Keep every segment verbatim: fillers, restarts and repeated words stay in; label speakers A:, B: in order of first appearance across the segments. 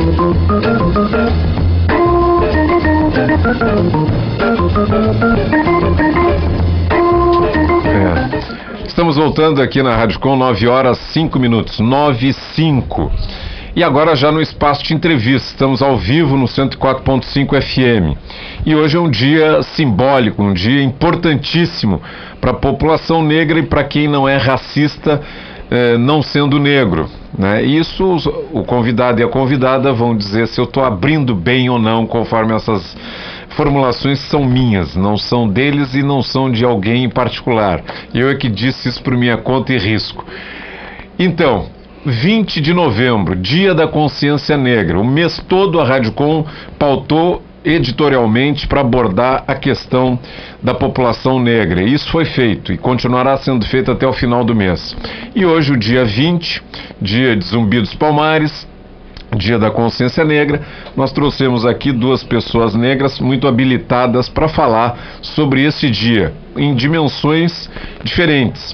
A: É. Estamos voltando aqui na Rádio Com, nove horas cinco minutos, nove e cinco. E agora já no espaço de entrevista, estamos ao vivo no cento e quatro ponto cinco F M. E hoje é um dia simbólico, um dia importantíssimo para a população negra e para quem não é racista, eh, não sendo negro, né? Isso o convidado e a convidada vão dizer se eu estou abrindo bem ou não, conforme essas formulações são minhas, não são deles e não são de alguém em particular. Eu é que disse isso por minha conta e risco. Então, vinte de novembro, Dia da Consciência Negra. O mês todo a Rádio Com pautou editorialmente para abordar a questão da população negra. Isso foi feito e continuará sendo feito até o final do mês. E hoje, o dia vinte, dia de Zumbi dos Palmares, Dia da Consciência Negra, nós trouxemos aqui duas pessoas negras muito habilitadas para falar sobre esse dia, em dimensões diferentes.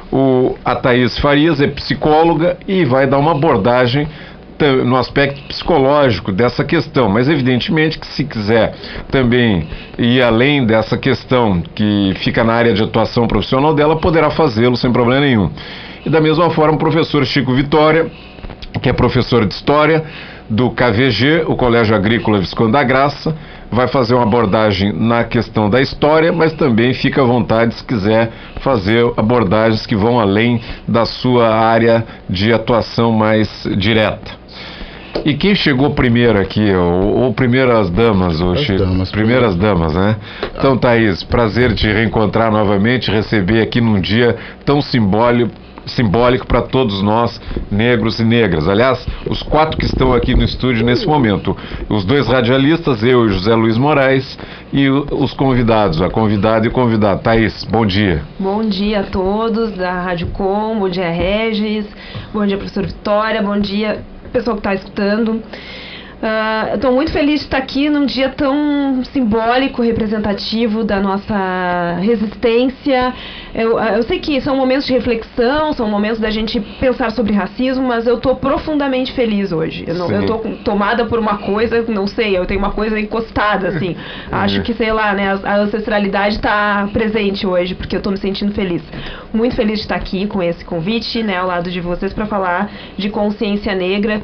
A: O, a Thaís Farias é psicóloga e vai dar uma abordagem no aspecto psicológico dessa questão, mas evidentemente que se quiser também ir além dessa questão que fica na área de atuação profissional dela, poderá fazê-lo sem problema nenhum. E da mesma forma o professor Chico Vitória, que é professor de História do K V G, o Colégio Agrícola Visconde da Graça, vai fazer uma abordagem na questão da história, mas também fica à vontade se quiser fazer abordagens que vão além da sua área de atuação mais direta. E quem chegou primeiro aqui, ou, ou primeiras damas, ou Chico? Damas, primeiras damas, né? Então, Thaís, prazer te reencontrar novamente, receber aqui num dia tão simbólico, simbólico para todos nós, negros e negras. Aliás, os quatro que estão aqui no estúdio nesse momento, os dois radialistas, eu e José Luiz Moraes, e os convidados, a convidada e o convidado. Thaís, bom dia.
B: Bom dia a todos da Rádio Com, bom dia Regis, bom dia professor Vitória, bom dia pessoal que está escutando. Uh, eu estou muito feliz de estar aqui num dia tão simbólico, representativo da nossa resistência. Eu, eu sei que são momentos de reflexão, são momentos da gente pensar sobre racismo, mas eu estou profundamente feliz hoje. Eu estou tomada por uma coisa, não sei, eu tenho uma coisa encostada, assim. Acho que, sei lá, né, a, a ancestralidade está presente hoje, porque eu estou me sentindo feliz. Muito feliz de estar aqui com esse convite, né, ao lado de vocês, para falar de consciência negra.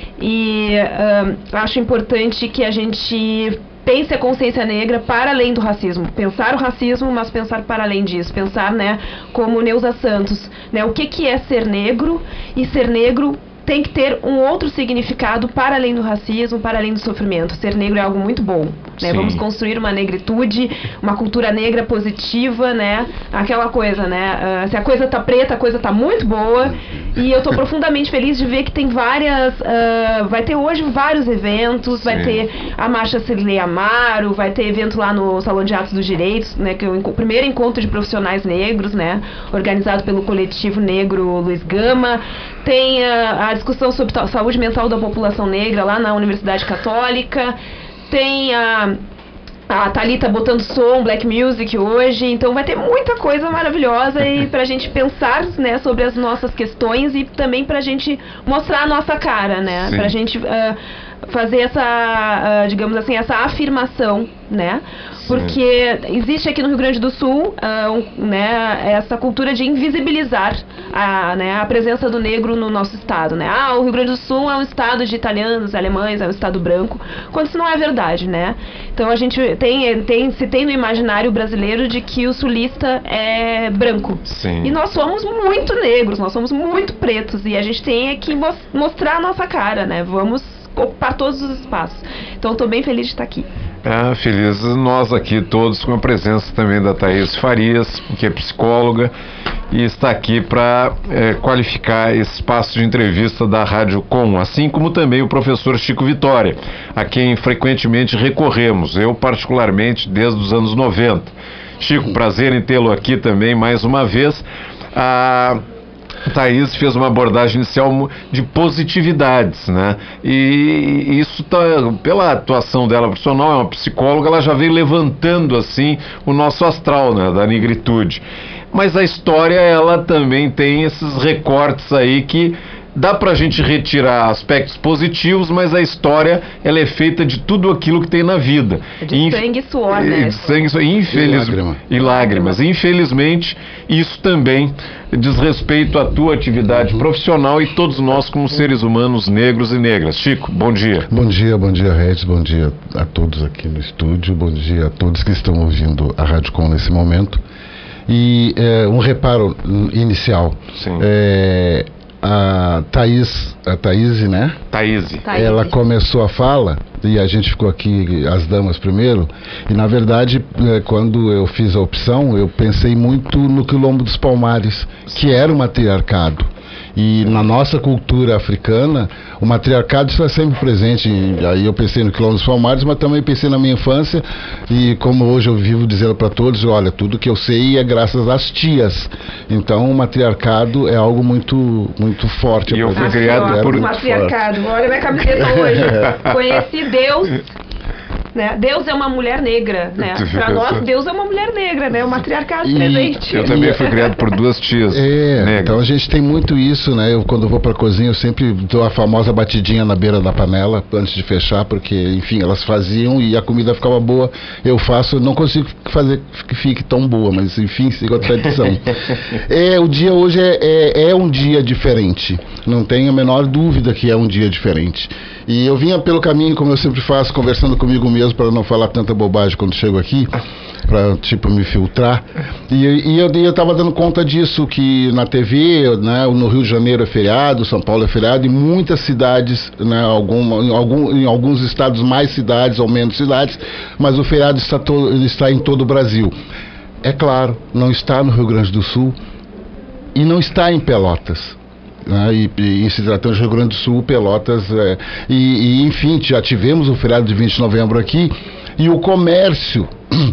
B: E uh, acho importante que a gente pense a consciência negra para além do racismo. Pensar o racismo, mas pensar para além disso. Pensar, né, como Neuza Santos, né, o que, que é ser negro, e ser negro tem que ter um outro significado para além do racismo, para além do sofrimento. Ser negro é algo muito bom, né? Vamos construir uma negritude, uma cultura negra positiva, né? Aquela coisa, né? Uh, se a coisa tá preta, a coisa tá muito boa. E eu tô profundamente feliz de ver que tem várias... Uh, vai ter hoje vários eventos. Sim. Vai ter a Marcha Cirlei Amaro, vai ter evento lá no Salão de Atos dos Direitos, né? Que é o primeiro encontro de profissionais negros, né? Organizado pelo coletivo negro Luiz Gama. Tem uh, a discussão sobre saúde mental da população negra lá na Universidade Católica. Tem a, a Thalita botando som, Black Music hoje. Então vai ter muita coisa maravilhosa e pra gente pensar, né, sobre as nossas questões e também pra gente mostrar a nossa cara, né? Sim. Pra gente uh, fazer essa, uh, digamos assim, essa afirmação, né? Porque existe aqui no Rio Grande do Sul uh, um, né, essa cultura de invisibilizar a, né, a presença do negro no nosso estado, né? Ah, o Rio Grande do Sul é um estado de italianos, alemães, é um estado branco, quando isso não é verdade, né? Então a gente tem, tem, se tem no imaginário brasileiro de que o sulista é branco.
A: Sim.
B: E nós somos muito negros, nós somos muito pretos, e a gente tem que mostrar a nossa cara, né? Vamos ocupar todos os espaços. Então estou bem feliz de estar aqui.
A: Ah, felizes nós aqui todos com a presença também da Thaís Farias, que é psicóloga e está aqui para é, qualificar esse espaço de entrevista da Rádio Com, assim como também o professor Chico Vitória, a quem frequentemente recorremos, eu particularmente desde os anos noventa. Chico, prazer em tê-lo aqui também mais uma vez. A Thaís fez uma abordagem inicial de positividades, né? E isso tá, pela atuação dela profissional, é uma psicóloga, ela já veio levantando assim o nosso astral, né, da negritude. Mas a história, ela também tem esses recortes aí que dá pra gente retirar aspectos positivos, mas a história, ela é feita de tudo aquilo que tem na vida.
B: É de Inf... sangue e suor, né?
A: Sangue e suor, infeliz... e, lágrima. e lágrimas. Infelizmente, isso também diz respeito à tua atividade uhum. profissional e todos nós como seres humanos negros e negras. Chico, bom dia.
C: Bom dia, bom dia, Regis, bom dia a todos aqui no estúdio, bom dia a todos que estão ouvindo a Rádio Com nesse momento. E é, um reparo inicial.
A: Sim.
C: É, a Thaís, a Thaís, né?
A: Thaís.
C: Ela começou a fala e a gente ficou aqui, as damas primeiro, e na verdade, quando eu fiz a opção, eu pensei muito no Quilombo dos Palmares, que era o matriarcado. E na nossa cultura africana, o matriarcado está sempre presente. E aí eu pensei no Quilombo dos Palmares, mas também pensei na minha infância. E como hoje eu vivo dizendo para todos, olha, tudo que eu sei é graças às tias. Então o matriarcado é algo muito, muito forte.
A: E eu fui criado por...
B: matriarcado. Olha minha camiseta hoje. Conheci Deus... Né? Deus é uma mulher negra, né? Para nós, Deus é uma mulher negra, né? O matriarcado e presente.
A: Eu também fui criado por duas tias
C: é,
A: negras.
C: Então a gente tem muito isso, né? Eu, quando eu vou para a cozinha, eu sempre dou a famosa batidinha na beira da panela antes de fechar, porque, enfim, elas faziam e a comida ficava boa. Eu faço, não consigo fazer que fique tão boa, mas, enfim, sigo a tradição. é, o dia hoje é, é, é um dia diferente. Não tenho a menor dúvida que é um dia diferente. E eu vinha pelo caminho, como eu sempre faço, conversando comigo mesmo, para não falar tanta bobagem quando chego aqui, para tipo me filtrar. E, e eu eu estava dando conta disso, que na T V, né, no Rio de Janeiro é feriado, São Paulo é feriado, e muitas cidades, né, algum, em, algum, em alguns estados mais cidades ou menos cidades, mas o feriado está, to, está em todo o Brasil. É claro, não está no Rio Grande do Sul e não está em Pelotas. Né, e, e se tratando de Rio Grande do Sul, Pelotas, é, e, e enfim, já tivemos o feriado de vinte de novembro aqui, e o comércio,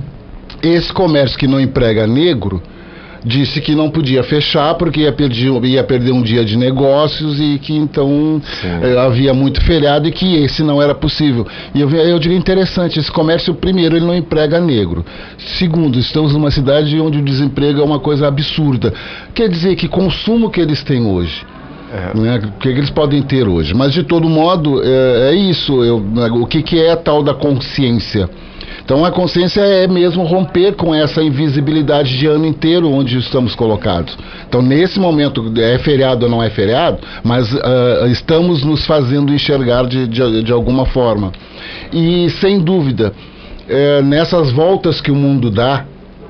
C: esse comércio que não emprega negro, disse que não podia fechar porque ia perder, ia perder um dia de negócios e que então é, havia muito feriado e que esse não era possível. E eu, eu diria interessante, esse comércio, primeiro, ele não emprega negro. Segundo, estamos numa cidade onde o desemprego é uma coisa absurda. Quer dizer que consumo que eles têm hoje, É. Né, o que, que eles podem ter hoje, mas de todo modo é, é isso, eu, o que, que é a tal da consciência? Então a consciência é mesmo romper com essa invisibilidade de ano inteiro onde estamos colocados. Então nesse momento, é feriado ou não é feriado, mas uh, estamos nos fazendo enxergar de, de, de alguma forma. E sem dúvida, é, nessas voltas que o mundo dá,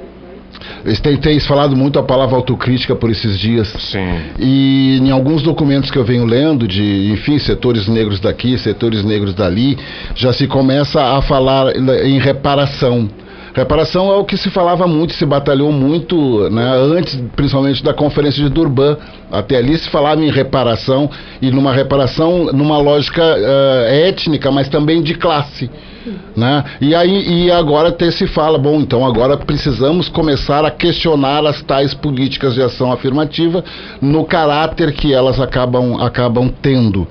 C: Tem, tem falado muito a palavra autocrítica por esses dias.
A: Sim.
C: E em alguns documentos que eu venho lendo, de, enfim, setores negros daqui, setores negros dali, já se começa a falar em reparação. Reparação é o que se falava muito, se batalhou muito, né, antes, principalmente da Conferência de Durban. Até ali se falava em reparação, e numa reparação, numa lógica uh, étnica, mas também de classe. Né? E aí e agora até se fala, bom, então agora precisamos começar a questionar as tais políticas de ação afirmativa no caráter que elas acabam, acabam tendo.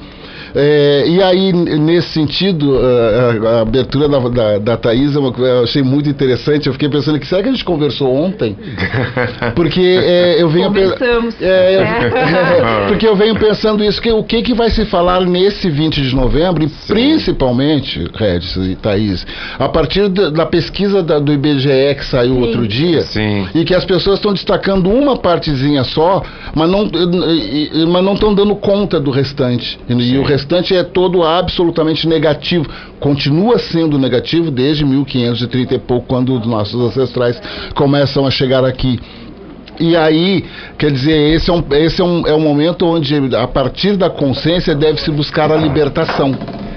C: É, e aí, nesse sentido, a, a abertura da, da, da Thaís eu achei muito interessante. Eu fiquei pensando que será que a gente conversou ontem? Porque é, eu venho
B: Conversamos.
C: É, eu, é, porque eu venho pensando isso, que o que, que vai se falar nesse vinte de novembro, e Sim. principalmente, Regis e Thaís, a partir da, da pesquisa da, do I B G E que saiu Sim. outro dia,
A: Sim.
C: e que as pessoas estão destacando uma partezinha só, mas não mas não estão dando conta do restante. E, e o restante O restante é todo absolutamente negativo, continua sendo negativo desde mil quinhentos e trinta e pouco, quando os nossos ancestrais começam a chegar aqui. E aí, quer dizer, esse é um, esse é um, é um momento onde, a partir da consciência, deve-se buscar a libertação,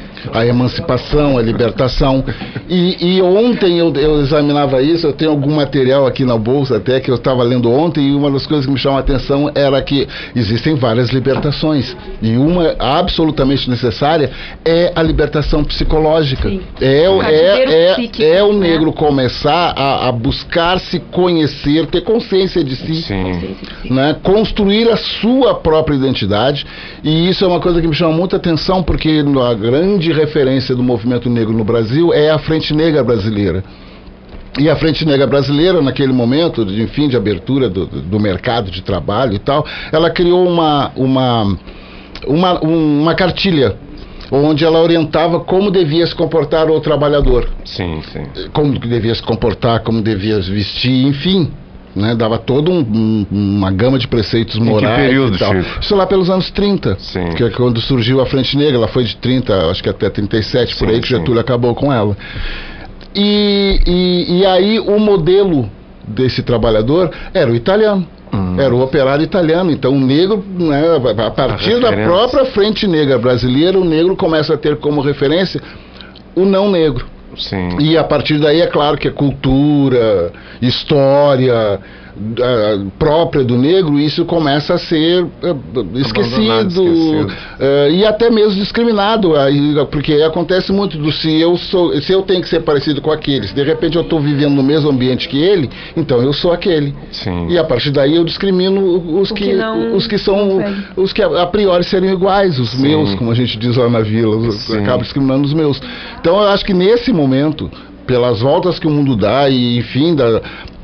C: a emancipação, a libertação. E, e ontem eu, eu examinava isso, eu tenho algum material aqui na bolsa até que eu estava lendo ontem, e uma das coisas que me chamou a atenção era que existem várias libertações, e uma absolutamente necessária é a libertação psicológica.
B: Sim.
C: É,
B: o
C: é, é,
B: psíquico,
C: é o negro
B: né?
C: começar a, a buscar se conhecer, ter consciência de si,
A: Sim.
C: né? Construir a sua própria identidade. E isso é uma coisa que me chama muita atenção, porque a grande referência do movimento negro no Brasil é a Frente Negra Brasileira. E a Frente Negra Brasileira, naquele momento, de, enfim, de abertura do, do mercado de trabalho e tal, ela criou uma, uma, uma, uma cartilha onde ela orientava como devia se comportar o trabalhador.
A: Sim, sim.
C: Como devia se comportar, como devia vestir, enfim. Né, dava toda um, um, uma gama de preceitos morais.
A: Em que período,
C: e tal.
A: Chico?
C: Isso lá pelos anos trinta,
A: sim.
C: Que é quando surgiu a Frente Negra. Ela foi de trinta, acho que até trinta e sete, sim, por aí que Getúlio acabou com ela. E, e, e aí o modelo desse trabalhador era o italiano. Hum. Era o operário italiano. Então o negro, né, a partir a da própria Frente Negra brasileira, o negro começa a ter como referência o não negro.
A: Sim.
C: E a partir daí é claro que a cultura, história uh, própria do negro, isso começa a ser uh, esquecido, esquecido. Uh, e até mesmo discriminado, uh, porque acontece muito do se eu sou, se eu tenho que ser parecido com aquele, se de repente eu estou vivendo no mesmo ambiente que ele, então eu sou aquele.
A: Sim.
C: E a partir daí eu discrimino os que, que não, os que são os que a, a priori seriam iguais, os Sim. meus, como a gente diz lá na vila, eu acabo discriminando os meus. Então eu acho que nesse momento, pelas voltas que o mundo dá e enfim da,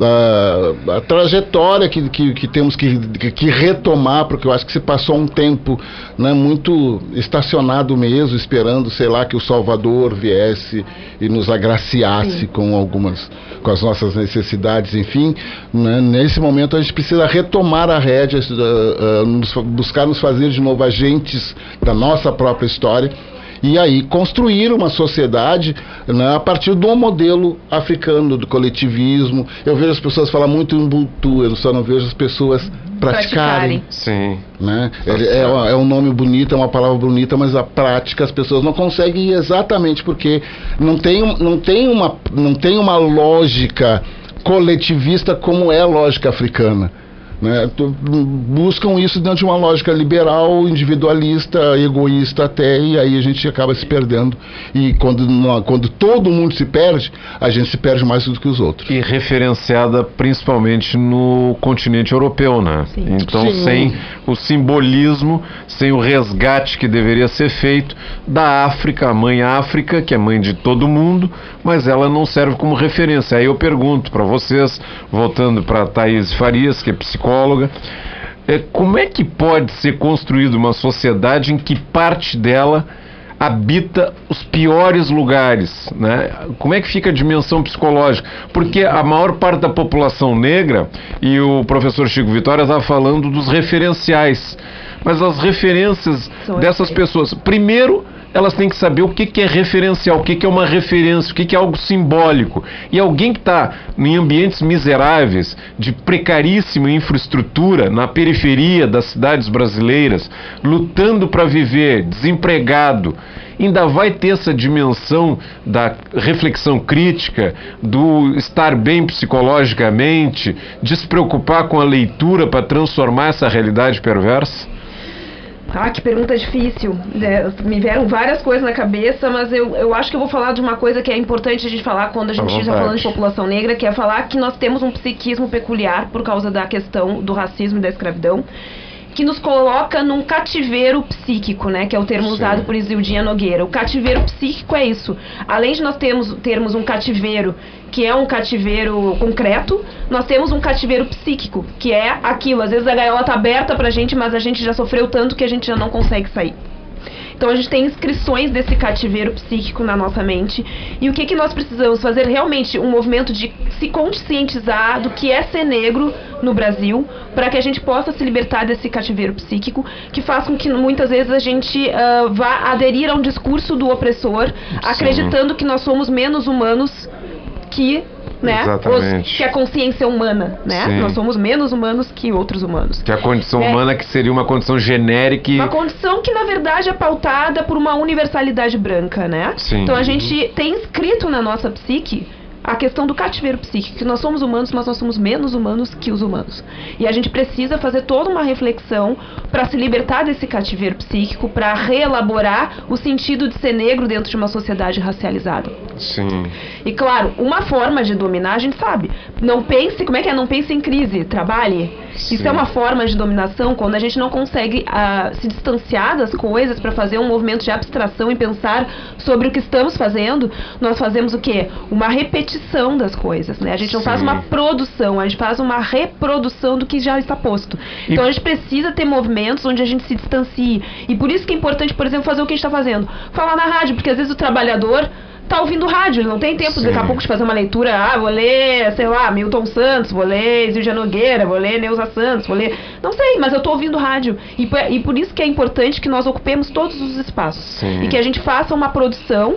C: da a trajetória que, que, que temos que, que retomar, porque eu acho que se passou um tempo, né, muito estacionado mesmo, esperando, sei lá, que o Salvador viesse e nos agraciasse Sim. com algumas, com as nossas necessidades, enfim, né, nesse momento a gente precisa retomar a rédea, uh, uh, nos, buscar nos fazer de novo agentes da nossa própria história. E aí construir uma sociedade, né, a partir do modelo africano, do coletivismo. Eu vejo as pessoas falar muito em Ubuntu, eu só não vejo as pessoas praticarem.
A: praticarem. Sim.
C: Né? É, é, é um nome bonito, é uma palavra bonita, mas a prática as pessoas não conseguem ir exatamente porque não tem, não tem, uma, não tem uma lógica coletivista como é a lógica africana. Né, buscam isso dentro de uma lógica liberal, individualista, egoísta até, e aí a gente acaba se perdendo. E quando, quando todo mundo se perde, a gente se perde mais do que os outros.
A: E referenciada principalmente no continente europeu, né? Sim. Então, Sim. sem o simbolismo, sem o resgate que deveria ser feito da África, a mãe África, que é mãe de todo mundo, mas ela não serve como referência. Aí eu pergunto para vocês, voltando para Thaís Farias, que é psicóloga, É, como é que pode ser construída uma sociedade em que parte dela habita os piores lugares, né? Como é que fica a dimensão psicológica? Porque a maior parte da população negra, e o professor Chico Vitória estava falando dos referenciais, mas as referências São dessas pessoas, primeiro elas têm que saber o que, que é referencial, o que, que é uma referência, o que, que é algo simbólico. E alguém que está em ambientes miseráveis, de precaríssima infraestrutura, na periferia das cidades brasileiras, lutando para viver, desempregado, ainda vai ter essa dimensão da reflexão crítica, do estar bem psicologicamente, de se preocupar com a leitura para transformar essa realidade perversa?
B: Ah, que pergunta difícil. É, me vieram várias coisas na cabeça, mas eu, eu acho que eu vou falar de uma coisa que é importante a gente falar quando a gente está falando de população negra, que é falar que nós temos um psiquismo peculiar por causa da questão do racismo e da escravidão, que nos coloca num cativeiro psíquico, né, que é o termo Sim. usado por Isildinha Nogueira. O cativeiro psíquico é isso. Além de nós termos, termos um cativeiro que é um cativeiro concreto, nós temos um cativeiro psíquico, que é aquilo. Às vezes a gaiola está aberta pra gente, mas a gente já sofreu tanto que a gente já não consegue sair. Então a gente tem inscrições desse cativeiro psíquico na nossa mente. E o que, que nós precisamos fazer? Realmente um movimento de se conscientizar do que é ser negro no Brasil, para que a gente possa se libertar desse cativeiro psíquico, que faz com que muitas vezes a gente uh, vá aderir a um discurso do opressor, Sim. acreditando que nós somos menos humanos que... Né? Os, que a consciência humana, né? Sim. Nós somos menos humanos que outros humanos.
A: Que a condição é. humana que seria uma condição genérica.
B: Uma condição que na verdade é pautada por uma universalidade branca, né?
A: Sim.
B: Então a gente tem inscrito na nossa psique a questão do cativeiro psíquico, que nós somos humanos, mas nós somos menos humanos que os humanos. E a gente precisa fazer toda uma reflexão para se libertar desse cativeiro psíquico, para reelaborar o sentido de ser negro dentro de uma sociedade racializada.
A: Sim.
B: E claro, uma forma de dominar, a gente sabe. Não pense, como é que é? Não pense em crise, trabalhe.
A: Sim.
B: Isso é uma forma de dominação quando a gente não consegue uh, se distanciar das coisas para fazer um movimento de abstração e pensar sobre o que estamos fazendo. Nós fazemos o quê? Uma repetição das coisas, né? A gente não
A: Sim.
B: faz uma produção, a gente faz uma reprodução do que já está posto.
A: E...
B: Então a gente precisa ter movimentos onde a gente se distancie. E por isso que é importante, por exemplo, fazer o que a gente está fazendo. Falar na rádio, porque às vezes o trabalhador tá ouvindo rádio, ele não tem tempo,
A: Sim.
B: daqui a pouco, de fazer uma leitura. Ah, vou ler, sei lá, Milton Santos, vou ler Zilja Nogueira, vou ler Neuza Santos, vou ler... Não sei, mas eu tô ouvindo rádio. E, e por isso que é importante que nós ocupemos todos os espaços.
A: Sim.
B: E que a gente faça uma produção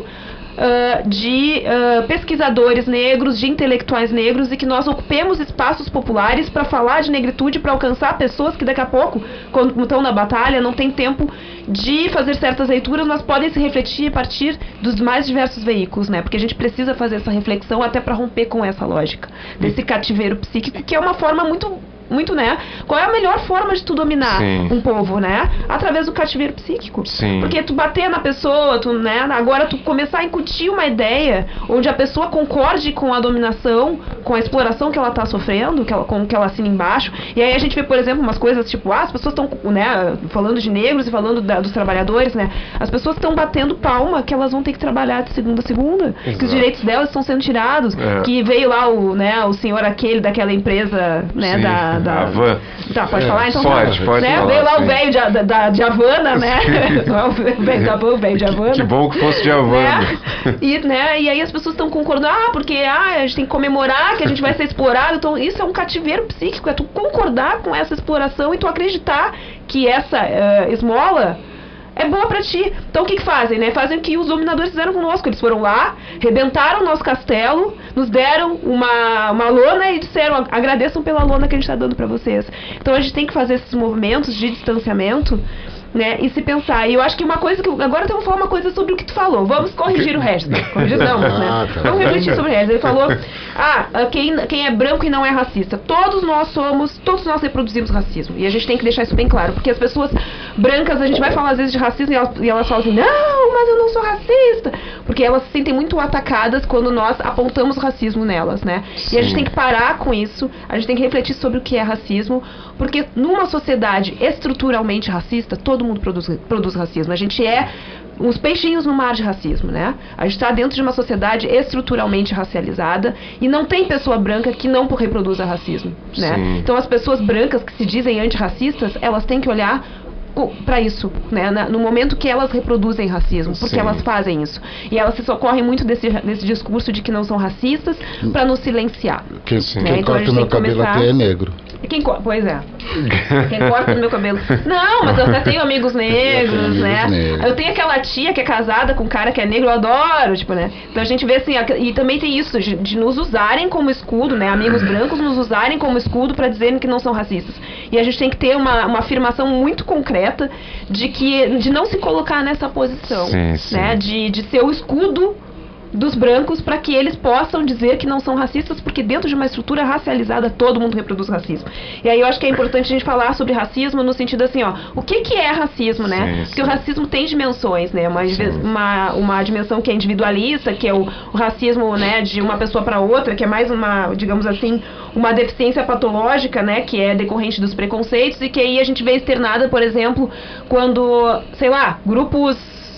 B: Uh, de uh, pesquisadores negros, de intelectuais negros, e que nós ocupemos espaços populares para falar de negritude, para alcançar pessoas que daqui a pouco, quando estão na batalha, não tem tempo de fazer certas leituras, mas podem se refletir a partir dos mais diversos veículos, né? Porque a gente precisa fazer essa reflexão até para romper com essa lógica desse cativeiro psíquico, que é uma forma muito... muito, né? Qual é a melhor forma de tu dominar
A: Sim.
B: um povo, né? Através do cativeiro psíquico.
A: Sim.
B: Porque tu bater na pessoa, tu, né? Agora tu começar a incutir uma ideia onde a pessoa concorde com a dominação, com a exploração que ela tá sofrendo, que ela, com o que ela assina embaixo. E aí a gente vê, por exemplo, umas coisas tipo, ah, as pessoas estão, né? Falando de negros e falando da, dos trabalhadores, né? As pessoas estão batendo palma que elas vão ter que trabalhar de segunda a segunda.
A: Exato.
B: Que os direitos delas estão sendo tirados.
A: É.
B: Que veio lá o, né? O senhor aquele daquela empresa, né?
A: Sim.
B: Da, da,
A: A Van.
B: Tá, pode
C: É,
B: falar então?
A: pode,
B: tá.
A: pode
B: né?
A: falar,
B: Veio lá
A: sim.
B: o velho de, da, da, de Havana, né? Não é o velho da Van, o velho de Havana.
A: Que bom que fosse de Havana.
B: Né? E, né? E aí as pessoas estão concordando, ah, porque ah, a gente tem que comemorar que a gente vai ser explorado. Então isso é um cativeiro psíquico, é tu concordar com essa exploração e tu acreditar que essa uh, esmola é boa pra ti. Então o que que fazem, né? Fazem o que os dominadores fizeram conosco. Eles foram lá, rebentaram o nosso castelo, nos deram uma, uma lona e disseram, agradeçam pela lona que a gente tá dando pra vocês. Então a gente tem que fazer esses movimentos de distanciamento, né, e se pensar. E eu acho que uma coisa que... Agora eu vou falar uma coisa sobre o que tu falou. Vamos corrigir o resto. Corrigir não, mas, né?
C: Ah, tá.
B: Vamos refletir sobre o resto. Ele falou, ah, quem, quem é branco e não é racista. Todos nós somos, todos nós reproduzimos racismo. E a gente tem que deixar isso bem claro. Porque as pessoas brancas, a gente vai falar às vezes de racismo e elas, e elas falam assim, não, mas eu não sou racista. Porque elas se sentem muito atacadas quando nós apontamos o racismo nelas, né?
A: Sim.
B: E a gente tem que parar com isso. A gente tem que refletir sobre o que é racismo. Porque numa sociedade estruturalmente racista, todo mundo produz, produz racismo. A gente é uns peixinhos no mar de racismo, né? A gente está dentro de uma sociedade estruturalmente racializada e não tem pessoa branca que não reproduza racismo, né?
A: Sim.
B: Então as pessoas brancas que se dizem antirracistas, elas têm que olhar para isso, né? No momento que elas reproduzem racismo, porque
A: Sim.
B: elas fazem isso. E elas se socorrem muito desse, desse discurso de que não são racistas para nos silenciar.
C: Quem,
A: Sim.
C: quem
B: É, então a
C: corta
B: gente
C: o meu
B: tem que
C: cabelo
B: começar-
C: até é negro.
B: Quem co- pois é. Quem corta no meu cabelo. Não, mas eu até tenho amigos negros,
C: amigos
B: né?
C: negros.
B: Eu tenho aquela tia que é casada com um cara que é negro, eu adoro, tipo, né? Então a gente vê assim, a- e também tem isso, de, de nos usarem como escudo, né? Amigos brancos nos usarem como escudo pra dizerem que não são racistas. E a gente tem que ter uma, uma afirmação muito concreta de que de não se colocar nessa posição,
A: Sim, sim.
B: né? De, de ser o escudo dos brancos para que eles possam dizer que não são racistas, porque dentro de uma estrutura racializada todo mundo reproduz racismo. E aí eu acho que é importante a gente falar sobre racismo no sentido assim, ó, o que que é racismo, né?
A: Sim,
B: Porque o
A: sim.
B: racismo tem dimensões, né? Uma,
A: Sim.
B: uma, uma dimensão que é individualista, que é o, o racismo, né, de uma pessoa para outra, que é mais uma, digamos assim, uma deficiência patológica, né, que é decorrente dos preconceitos e que aí a gente vê externada, por exemplo, quando, sei lá, grupos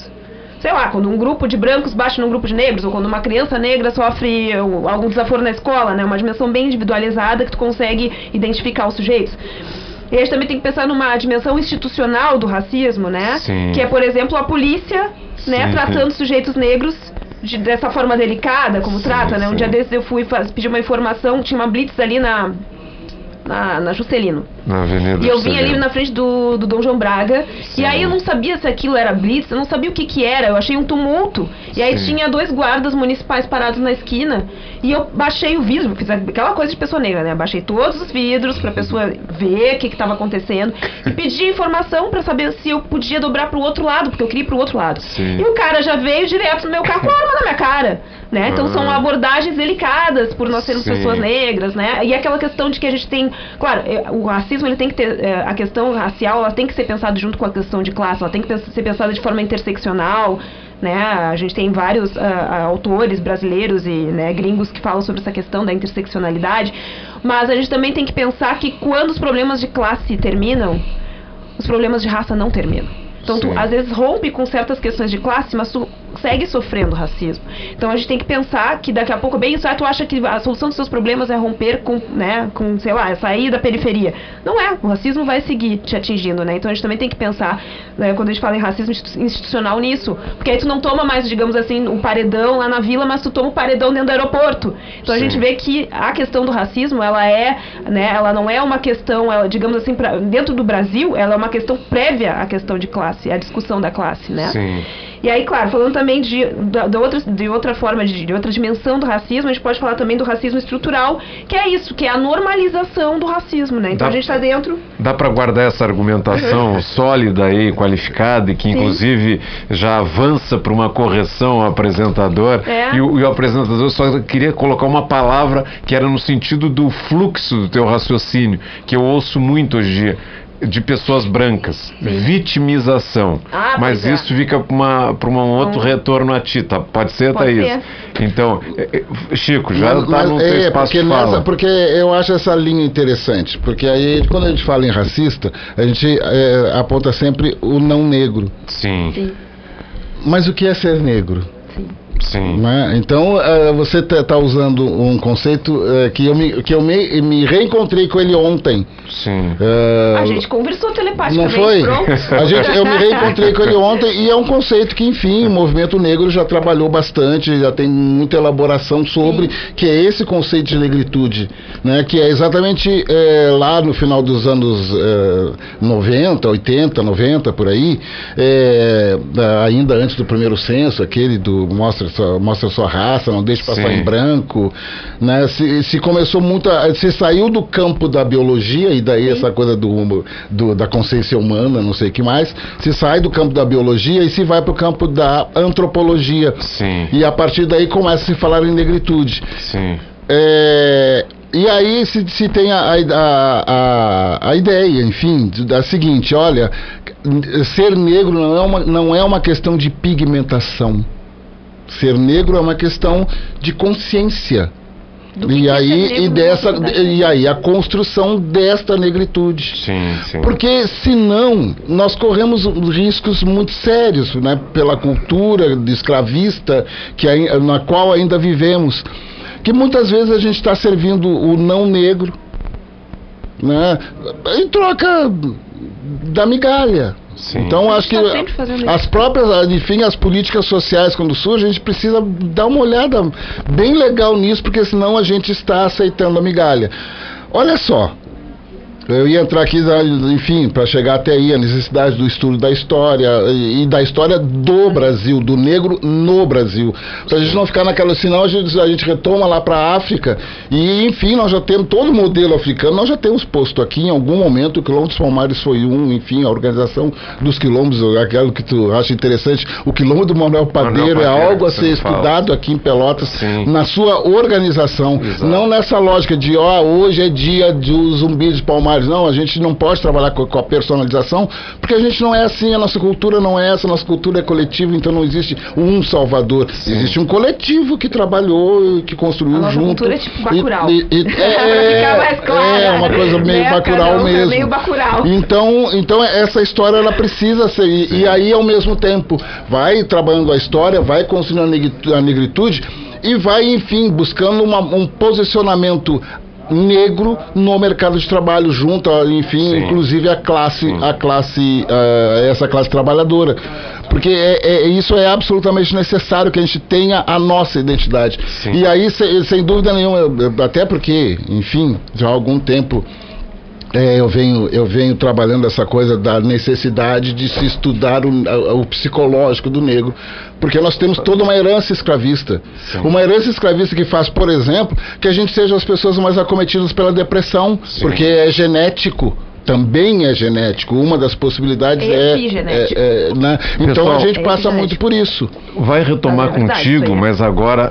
B: sei lá, quando um grupo de brancos bate num grupo de negros, ou quando uma criança negra sofre uh, algum desaforo na escola, né? Uma dimensão bem individualizada que tu consegue identificar os sujeitos. E a gente também tem que pensar numa dimensão institucional do racismo, né?
A: Sim.
B: Que é, por exemplo, a polícia, né,
A: Sim,
B: tratando
A: sim.
B: sujeitos negros de, dessa forma delicada, como
A: Sim,
B: trata, né? Um
A: sim.
B: dia desses eu fui faz, pedir uma informação, tinha uma blitz ali na, na, na Juscelino.
A: Na Avenida
B: E eu vim
A: Juscelino.
B: ali na frente do, do Dom João Braga.
A: Sim.
B: E aí eu não sabia se aquilo era blitz, eu não sabia o que que era, eu achei um tumulto. E aí
A: Sim.
B: tinha dois guardas municipais parados na esquina. E eu baixei o vidro, fiz aquela coisa de pessoa negra, né? Baixei todos os vidros pra pessoa ver o que que tava acontecendo. E pedi informação pra saber se eu podia dobrar pro outro lado, porque eu queria ir pro outro lado.
A: Sim.
B: E o cara já veio direto no meu carro com a arma na minha cara, né? Então são
A: Ah.
B: abordagens delicadas por nós sermos
A: Sim.
B: pessoas negras, né? E aquela questão de que a gente tem... Claro, é, o racismo, ele tem que ter... é, a questão racial, ela tem que ser pensada junto com a questão de classe, ela tem que pens- ser pensada de forma interseccional, né? A gente tem vários uh, autores brasileiros e, né, gringos que falam sobre essa questão da interseccionalidade, mas a gente também tem que pensar que quando os problemas de classe terminam, os problemas de raça não terminam. Então, tu, às vezes, rompe com certas questões de classe, mas tu segue sofrendo racismo. Então, a gente tem que pensar que daqui a pouco, bem isso, ah, tu acha que a solução dos seus problemas é romper com, né, com, sei lá, sair da periferia. Não é. O racismo vai seguir te atingindo, né? Então, a gente também tem que pensar, né, quando a gente fala em racismo institucional, nisso. Porque aí tu não toma mais, digamos assim, o paredão lá na vila, mas tu toma o paredão dentro do aeroporto. Então, Sim. a gente vê que a questão do racismo, ela é, né, ela não é uma questão, ela, digamos assim, pra, dentro do Brasil, ela é uma questão prévia à questão de classe, a discussão da classe, né?
A: Sim.
B: E aí, claro, falando também de, de, de, outra, de outra forma, de, de outra dimensão do racismo, a gente pode falar também do racismo estrutural, que é isso, que é a normalização do racismo, né? Então
A: dá,
B: a gente está dentro...
A: Dá para guardar essa argumentação sólida e qualificada, e que Sim. inclusive já avança para uma correção ao apresentador, é. e, o, e o apresentador só queria colocar uma palavra que era no sentido do fluxo do teu raciocínio, que eu ouço muito hoje em dia, de pessoas brancas, Sim. vitimização. Ah, mas isso é. fica para um outro hum. retorno a ti, tá? Pode ser,
B: Pode
A: Thaís?
B: Ser.
A: Então, Chico, já está no
C: é,
A: teu espaço
C: porque
A: de fala.
C: Nessa, porque eu acho essa linha interessante, porque aí, quando a gente fala em racista, a gente é, aponta sempre o não negro.
A: Sim.
B: Sim.
C: Mas o que é ser negro?
B: Sim.
A: Sim.
C: Né? Então, uh, você está usando um conceito uh, que eu, me, que eu me, me reencontrei com ele ontem.
A: Sim.
C: Uh,
B: a gente conversou telepaticamente.
C: Não foi? A gente, eu me reencontrei com ele ontem e é um conceito que, enfim, o movimento negro já trabalhou bastante, já tem muita elaboração sobre, Sim. que é esse conceito de negritude, né? Que é exatamente é, lá no final dos anos é, noventa, oitenta, noventa, por aí, é, ainda antes do primeiro censo, aquele do Mostra Sua, mostra sua raça, não deixe passar Sim. em branco, né? Se, se começou muito, a, se saiu do campo da biologia, e daí Sim. essa coisa do, do, da consciência humana, não sei o que mais, se sai do campo da biologia e se vai para o campo da antropologia.
A: Sim.
B: É
C: E a partir daí começa a se falar em negritude.
A: Sim.
C: É... E aí se, se tem a, a, a, a ideia, enfim, da seguinte, olha, ser negro não é uma, não é uma questão de pigmentação. Ser negro é uma questão de consciência.
B: Do
C: e
B: que
C: aí
B: é
C: e dessa e aí a construção desta negritude.
A: Sim, sim.
C: Porque senão nós corremos riscos muito sérios, né, pela cultura escravista que na qual ainda vivemos, que muitas vezes a gente está servindo o não negro, né, em troca da migalha.
A: Sim.
C: Então acho que
B: tá
C: as próprias, enfim, as políticas sociais quando surgem, a gente precisa dar uma olhada bem legal nisso, porque senão a gente está aceitando a migalha. Olha só, eu ia entrar aqui, enfim, para chegar até aí, a necessidade do estudo da história e da história do Brasil, do negro no Brasil. Para a gente não ficar naquela, senão a gente, a gente retoma lá para a África e, enfim, nós já temos todo o modelo africano, nós já temos posto aqui em algum momento, o Quilombo dos Palmares foi um, enfim, a organização dos quilombos, aquilo que tu acha interessante, o Quilombo do Manuel Padeiro é algo a ser estudado aqui em Pelotas, Sim. na sua organização, Exato. Não nessa lógica de, ó, hoje é dia do Zumbi de Palmares. Não, a gente não pode trabalhar com, com a personalização, porque a gente não é assim, a nossa cultura não é essa, a nossa cultura é coletiva, então não existe um salvador, Sim. existe um coletivo que trabalhou, que construiu
B: a nossa
C: junto.
B: Cultura é tipo Bacurau.
C: E, e, e, é,
B: ficar mais clara,
C: é uma coisa meio
B: né?
C: Bacurau
B: Não,
C: mesmo.
B: meio Bacurau.
C: Então, então essa história ela precisa ser, e, e aí ao mesmo tempo vai trabalhando a história, vai construindo a negritude, a negritude e vai, enfim, buscando uma, um posicionamento negro no mercado de trabalho junto, enfim, Sim. inclusive a classe, Sim. a classe, uh, essa classe trabalhadora, porque é, é, isso é absolutamente necessário que a gente tenha a nossa identidade. Sim. E aí, se, sem dúvida nenhuma, até porque, enfim, já há algum tempo É, eu, venho, eu venho trabalhando essa coisa da necessidade de se estudar o, o psicológico do negro, porque nós temos toda uma herança escravista. Sim. Uma herança escravista que faz, por exemplo, que a gente seja as pessoas mais acometidas pela depressão, Sim. porque é genético. Também é genético, uma das possibilidades é, é, é né? Então Pessoal, a gente passa é muito por isso.
A: Vai retomar é contigo, mas agora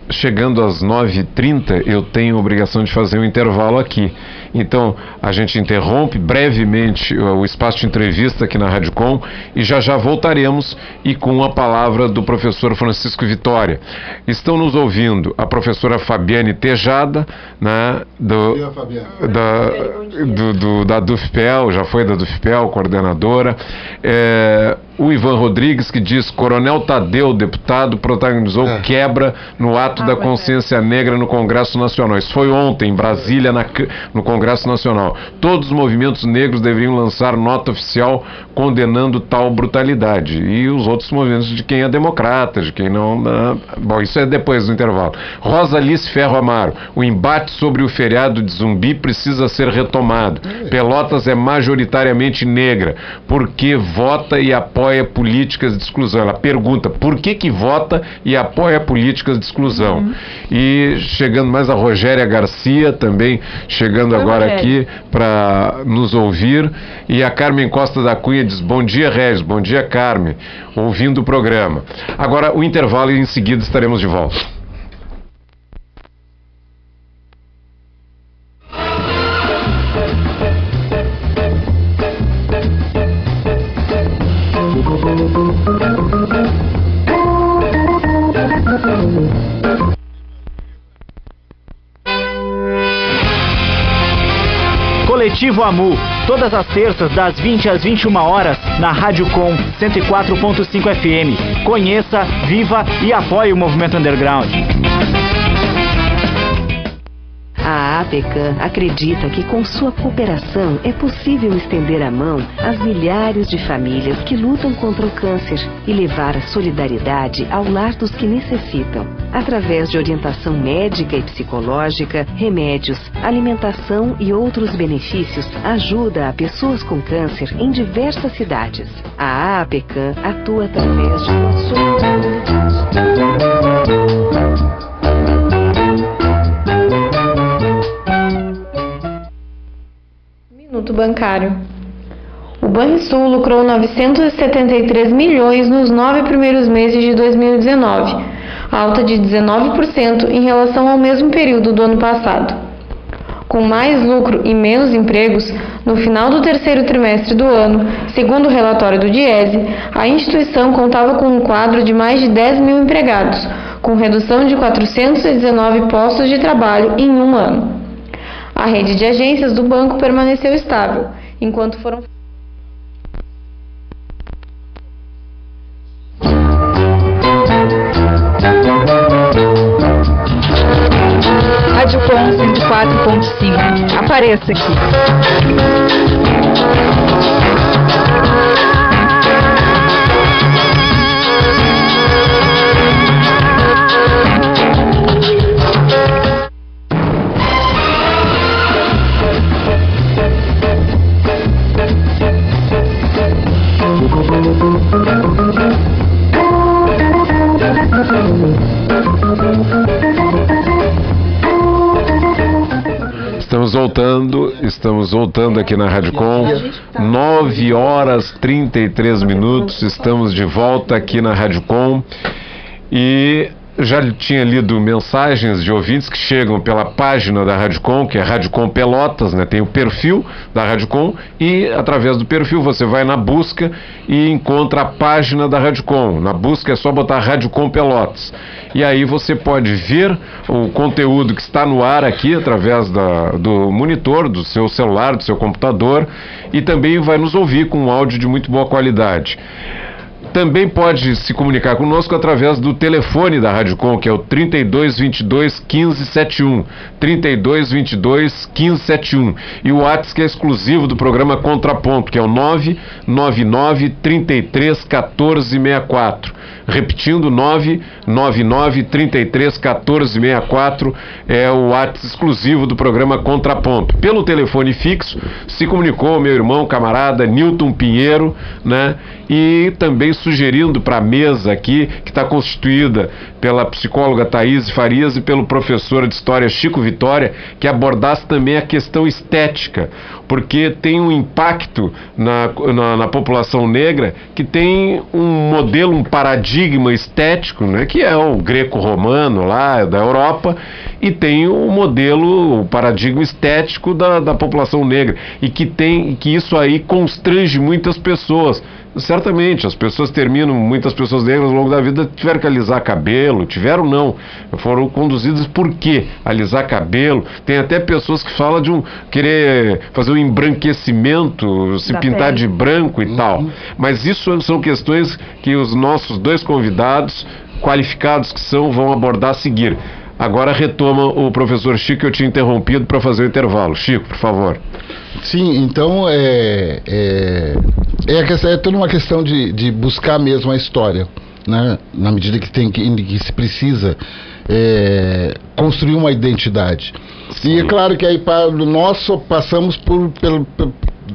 A: chegando às nove e trinta, eu tenho a obrigação de fazer um intervalo aqui. Então, a gente interrompe brevemente o espaço de entrevista aqui na Rádio Com e já já voltaremos e com a palavra do professor Francisco Vitória. Estão nos ouvindo a professora Fabiane Tejada, né, do, da, do, do, da DUFPEL, já foi da DUFPEL, coordenadora, é, o Ivan Rodrigues, que diz: Coronel Tadeu, deputado, protagonizou é. quebra no ato ah, da consciência é. negra no Congresso Nacional. Isso foi ontem, em Brasília, na, no Congresso Nacional. Todos os movimentos negros deveriam lançar nota oficial condenando tal brutalidade. E os outros movimentos de quem é democrata, de quem não... Ah, bom, isso é depois do intervalo. Rosa Alice Ferro Amaro: o embate sobre o feriado de Zumbi precisa ser retomado. Pelotas é majoritariamente negra, porque vota e apoia políticas de exclusão. Ela pergunta por que que vota e apoia políticas de exclusão. Uhum. E chegando mais a Rogéria Garcia, também chegando Oi, agora Rogério. aqui para nos ouvir. E a Carmen Costa da Cunha diz: bom dia, Regis, bom dia, Carmen, ouvindo o programa. Agora o intervalo e em seguida estaremos de volta.
D: Coletivo AMU, todas as terças das vinte às vinte e uma horas na Rádio Com cento e quatro ponto cinco F M. Conheça, viva e apoie o movimento underground.
E: A APECAM acredita que com sua cooperação é possível estender a mão às milhares de famílias que lutam contra o câncer e levar a solidariedade ao lar dos que necessitam, através de orientação médica e psicológica, remédios, alimentação e outros benefícios. Ajuda a pessoas com câncer em diversas cidades. A APECAM atua através de doações.
F: Minuto bancário. O Banrisul lucrou novecentos e setenta e três milhões nos nove primeiros meses de dois mil e dezenove, alta de dezenove por cento em relação ao mesmo período do ano passado. Com mais lucro e menos empregos, no final do terceiro trimestre do ano, segundo o relatório do Diese, a instituição contava com um quadro de mais de dez mil empregados, com redução de quatrocentos e dezenove postos de trabalho em um ano. A rede de agências do banco permaneceu estável, enquanto foram...
G: Rádio Com cento e quatro ponto cinco. Apareça aqui.
A: Estamos voltando, estamos voltando aqui na Rádio Com, nove horas e trinta e três minutos, estamos de volta aqui na Rádio Com e já tinha lido mensagens de ouvintes que chegam pela página da Rádio Com, que é Rádio Com Pelotas, né? Tem o perfil da Rádio Com e através do perfil você vai na busca e encontra a página da Rádio Com. Na busca é só botar Rádio Com Pelotas. E aí você pode ver o conteúdo que está no ar aqui através da, do monitor, do seu celular, do seu computador e também vai nos ouvir com um áudio de muito boa qualidade. Também pode se comunicar conosco através do telefone da Rádio Com, que é o trinta e dois, vinte e dois, quinze, setenta e um, trinta e dois, vinte e dois, quinze, setenta e um, e o WhatsApp que é exclusivo do programa Contraponto, que é o nove nove nove, trinta e três, quatorze, sessenta e quatro. Repetindo, nove nove nove, trinta e três, quatorze, sessenta e quatro é o WhatsApp exclusivo do programa Contraponto. Pelo telefone fixo se comunicou meu irmão, camarada Nilton Pinheiro, né? E também sugerindo para a mesa aqui, que está constituída pela psicóloga Thaís Farias e pelo professor de História Chico Vitória, que abordasse também a questão estética, porque tem um impacto na, na, na população negra que tem um modelo, um paradigma estético, né, que é o greco-romano lá da Europa, e tem o modelo, o paradigma estético da, da população negra, e que, tem, que isso aí constrange muitas pessoas. Certamente, as pessoas terminam, muitas pessoas negras ao longo da vida tiveram que alisar cabelo, tiveram não, foram conduzidas por quê? Alisar cabelo. Tem até pessoas que falam de um querer fazer um embranquecimento, se
B: Da
A: pintar
B: pele.
A: de branco e
C: Uhum.
A: tal. Mas isso são questões que os nossos dois convidados, qualificados que são, vão abordar a seguir. Agora retoma o professor Chico, eu tinha interrompido para fazer o intervalo. Chico, por favor.
C: Sim, então é, é, é, a questão, é toda uma questão de, de buscar mesmo a história, né? Na medida que, tem, que, que se precisa é, construir uma identidade.
A: Sim.
C: E é claro que aí pa- nós só passamos por, pelo, pe-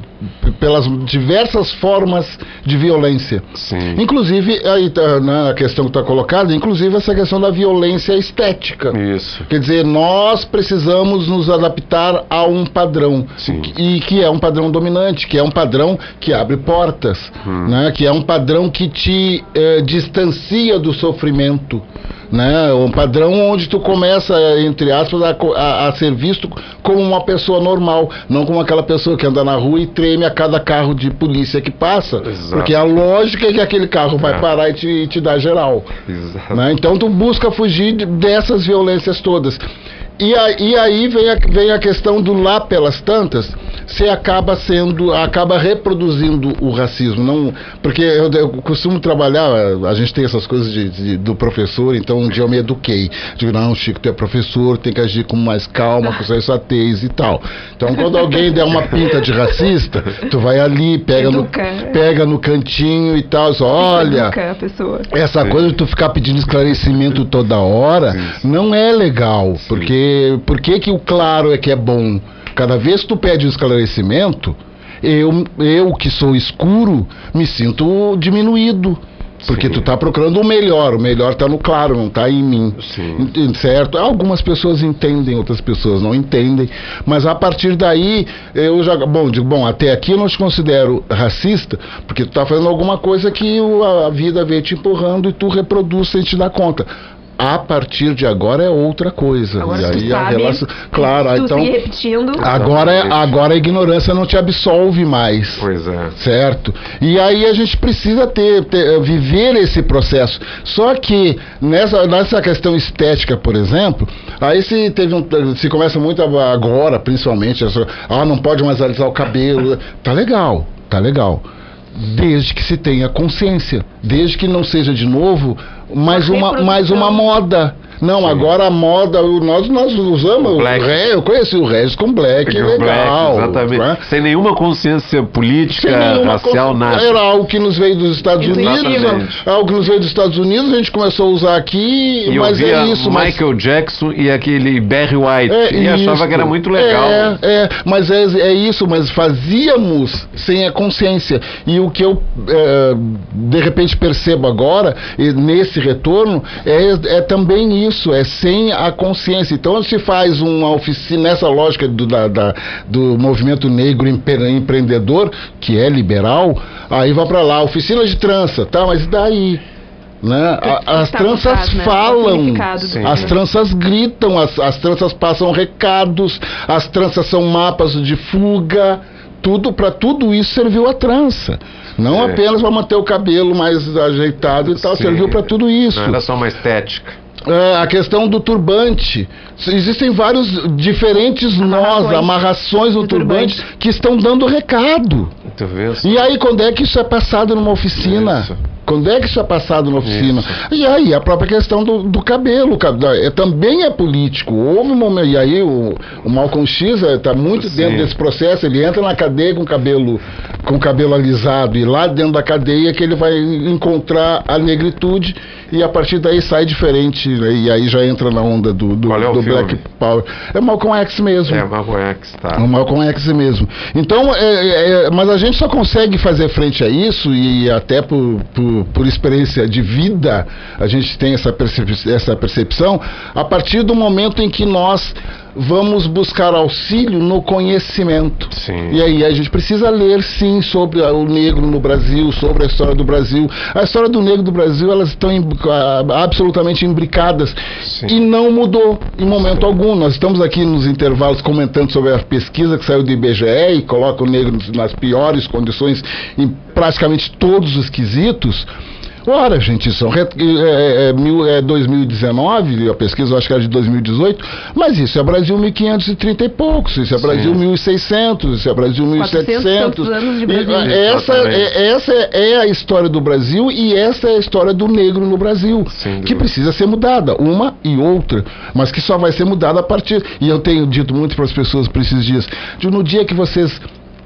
C: pelas diversas formas de violência.
A: Sim.
C: Inclusive, aí tá, né, a questão que está colocada, inclusive essa questão da violência estética.
A: Isso.
C: Quer dizer, nós precisamos nos adaptar a um padrão,
A: Sim.
C: e que é um padrão dominante, que é um padrão que abre portas,
A: Hum.
C: né? Que é um padrão que te eh, distancia do sofrimento, né? Um padrão onde tu começa, entre aspas, a, co- a- a ser visto como uma pessoa normal, não como aquela pessoa que anda na rua e treme a cada carro de polícia que passa,
A: Exato.
C: porque a lógica é que aquele carro vai
A: É.
C: parar e te, e te dar geral.
A: Exato.
C: Né? Então tu busca fugir de- dessas violências todas. E, a, e aí vem a, vem a questão do lá pelas tantas, você acaba sendo, acaba reproduzindo o racismo. Não, porque eu, eu costumo trabalhar, a gente tem essas coisas de, de- do professor, então um dia eu me eduquei. Digo, não, Chico, tu é professor, tem que agir com mais calma, com sensatez e tal. Então quando alguém der uma pinta de racista, tu vai ali, pega, no,
B: Educa.
C: pega no cantinho e tal, só, olha...
B: Educa a pessoa.
C: Essa
A: Sim.
C: coisa de tu ficar pedindo esclarecimento toda hora
A: Sim.
C: não é legal, porque por que que o claro é que é bom? Cada vez que tu pede um esclarecimento, eu, eu que sou escuro, me sinto diminuído. Porque
A: Sim.
C: tu tá procurando o melhor, o melhor tá no claro, não tá em mim.
A: Sim.
C: Ent- Certo? Algumas pessoas entendem, outras pessoas não entendem, mas a partir daí, eu já, bom, digo, bom, até aqui eu não te considero racista, porque tu tá fazendo alguma coisa que o- a, a vida veio te empurrando e tu reproduz sem te dar conta. A partir de agora é outra coisa.
B: Agora
C: e
B: tu
C: aí a
B: sabe,
C: relação, claro,
B: tu
C: então
B: se repetindo.
C: agora, é- agora a ignorância não te absolve mais.
A: Pois é.
C: Certo? E aí a gente precisa ter, ter- viver esse processo. Só que nessa, nessa questão estética, por exemplo, aí se teve um, se começa muito agora, principalmente, essa, ah, não pode mais alisar o cabelo. Tá legal, tá legal. Desde que se tenha consciência, desde que não seja de novo mais
B: Uma
C: uma, mais uma
B: reprodução.
C: moda. Não,
A: Sim.
C: agora a moda, o- nós, nós usamos
A: O
C: o
A: black.
C: Re- eu conheci o Regis com black,
A: Porque o
C: legal.
A: Black, exatamente.
C: né?
A: Sem nenhuma consciência política,
C: Sem nenhuma
A: racial,
C: cons-
A: nada.
C: Era algo que nos veio dos Estados Unidos,
A: Exatamente.
C: algo que nos veio dos Estados Unidos, a gente começou a usar aqui,
A: E eu
C: mas
A: via
C: é isso. mas-
A: Michael Jackson e aquele Barry White.
C: é
A: e achava
C: isso.
A: que era muito legal.
C: É, é, mas é, é isso, mas fazíamos sem a consciência. E o que eu é, de repente percebo agora, e nesse retorno, é, é também isso, é sem a consciência. Então se faz uma oficina, nessa lógica do, da, da- do movimento negro empre- empreendedor, que é liberal, aí vai pra lá, oficina de trança, tá, mas e daí? Né?
B: que
C: A- As
B: tá por
C: tranças
B: trás, né? O
C: falam,
B: significado do
A: Sim.
C: as
B: tema.
C: tranças gritam, as, as tranças passam recados, as tranças são mapas de fuga, tudo, para tudo isso serviu a trança. Não
A: É.
C: apenas para manter o cabelo mais ajeitado e tal,
A: Sim.
C: serviu para tudo isso.
A: Não era só uma estética.
C: É, a questão do turbante. Existem vários diferentes nós,
B: Amarrações.
C: amarrações no
B: Do
C: turbante,
B: turbante.
C: que estão dando recado.
A: Tu vê?
C: E aí, quando é que isso é passado numa oficina?
A: Isso.
C: Quando é que isso é passado na oficina?
A: Isso.
C: E aí, a própria questão do, do cabelo, cab- da- é, também é político. Houve um momento, e aí o, o Malcolm X está muito
A: Sim.
C: dentro desse processo, ele entra na cadeia com o cabelo com cabelo alisado e lá dentro da cadeia que ele vai encontrar a negritude e a partir daí sai diferente, né? E aí já entra na onda do, do,
A: Qual é o
C: do
A: filme?
C: Black Power. É Malcolm X mesmo.
A: É, Malcolm X, tá.
C: O Malcolm X mesmo. Então, é, é, mas a gente só consegue fazer frente a isso, e até por, por, por experiência de vida, a gente tem essa, percep essa percepção, a partir do momento em que nós vamos buscar auxílio no conhecimento.
A: Sim.
C: E aí a gente precisa ler, sim, sobre o negro no Brasil, sobre a história do Brasil. A história do negro do Brasil, elas estão em, a, absolutamente imbricadas. Sim. E não mudou em momento sim. algum. Nós estamos aqui nos intervalos comentando sobre a pesquisa que saiu do I B G E e coloca o negro nas piores condições em praticamente todos os quesitos. Ora, gente, isso é, é, é, é dois mil e dezenove, a pesquisa eu acho que era de dois mil e dezoito, mas isso é Brasil mil quinhentos e trinta e poucos, isso é Brasil Sim. mil e seiscentos, isso é Brasil mil e setecentos. Anos de Brasil. E, essa, é, essa é a história do Brasil e essa é a história do negro no Brasil, Sim, que precisa ser mudada, uma e outra, mas que só vai ser mudada a partir, e eu tenho dito muito para as pessoas por esses dias, de no dia que vocês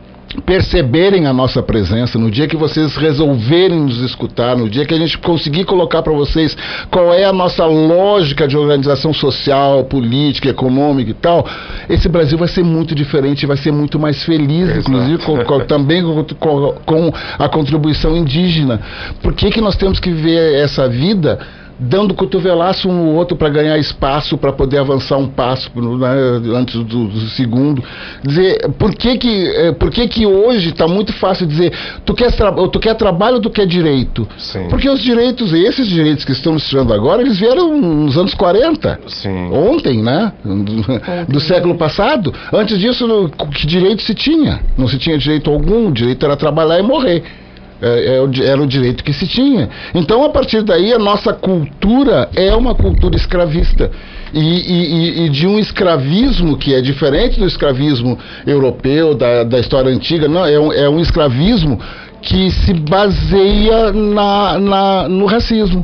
C: perceberem a nossa presença, no dia que vocês resolverem nos escutar, no dia que a gente conseguir colocar para vocês qual é a nossa lógica de organização social, política, econômica e tal, esse Brasil vai ser muito diferente, vai ser muito mais feliz, Exato. inclusive com, com, também com, com a contribuição indígena. Por que que nós temos que ver essa vida dando cotovelaço um no outro para ganhar espaço, para poder avançar um passo, né, antes do, do segundo? Dizer, por que que, por que que hoje está muito fácil dizer, tu quer, tu quer trabalho ou tu quer direito?
A: Sim.
C: Porque os direitos, esses direitos que estamos estudando agora, eles vieram nos anos quarenta.
A: Sim. Ontem,
C: né? Do, do século passado. Antes disso, que direito se tinha? Não se tinha direito algum, o direito era trabalhar e morrer. Era o direito que se tinha. Então, a partir daí, a nossa cultura é uma cultura escravista. E, e, e de um escravismo que é diferente do escravismo europeu, da, da história antiga. Não, é um, é um escravismo que se baseia na, na, no racismo.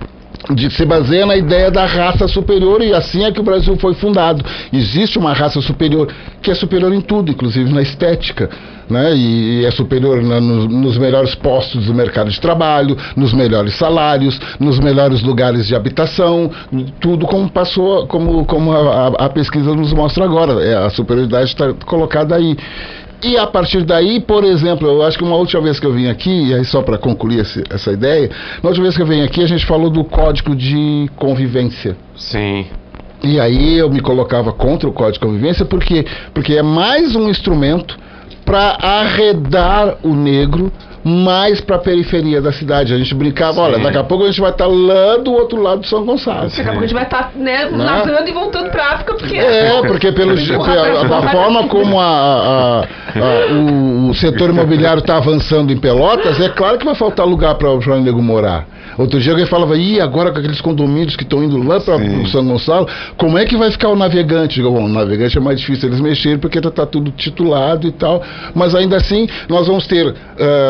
C: De, se baseia na ideia da raça superior, e assim é que o Brasil foi fundado. Existe uma raça superior que é superior em tudo, inclusive na estética, né? E é superior na, nos, nos melhores postos do mercado de trabalho, nos melhores salários, nos melhores lugares de habitação, tudo como passou, como, como a, a pesquisa nos mostra agora. É, a superioridade está colocada aí. E a partir daí, por exemplo, eu acho que uma última vez que eu vim aqui, e aí só para concluir esse, essa ideia, na última vez que eu vim aqui a gente falou do Código de Convivência.
A: Sim.
C: E aí eu me colocava contra o Código de Convivência, por quê? Porque é mais um instrumento para arredar o negro mais para a periferia da cidade. A gente brincava, Sim. olha, daqui a pouco a gente vai estar tá lá do outro lado de São Gonçalo.
B: Daqui a pouco a gente vai estar, tá, né, nadando e voltando para a África, porque...
C: É, porque pelo, pela forma como a, a, a, o, o setor imobiliário está avançando em Pelotas, é claro que vai faltar lugar para o nego morar. Outro dia alguém falava, ih, agora com aqueles condomínios que estão indo lá para São Gonçalo, como é que vai ficar o Navegante? Digo, bom, o Navegante é mais difícil eles mexerem porque está tá tudo titulado e tal, mas ainda assim nós vamos ter uh,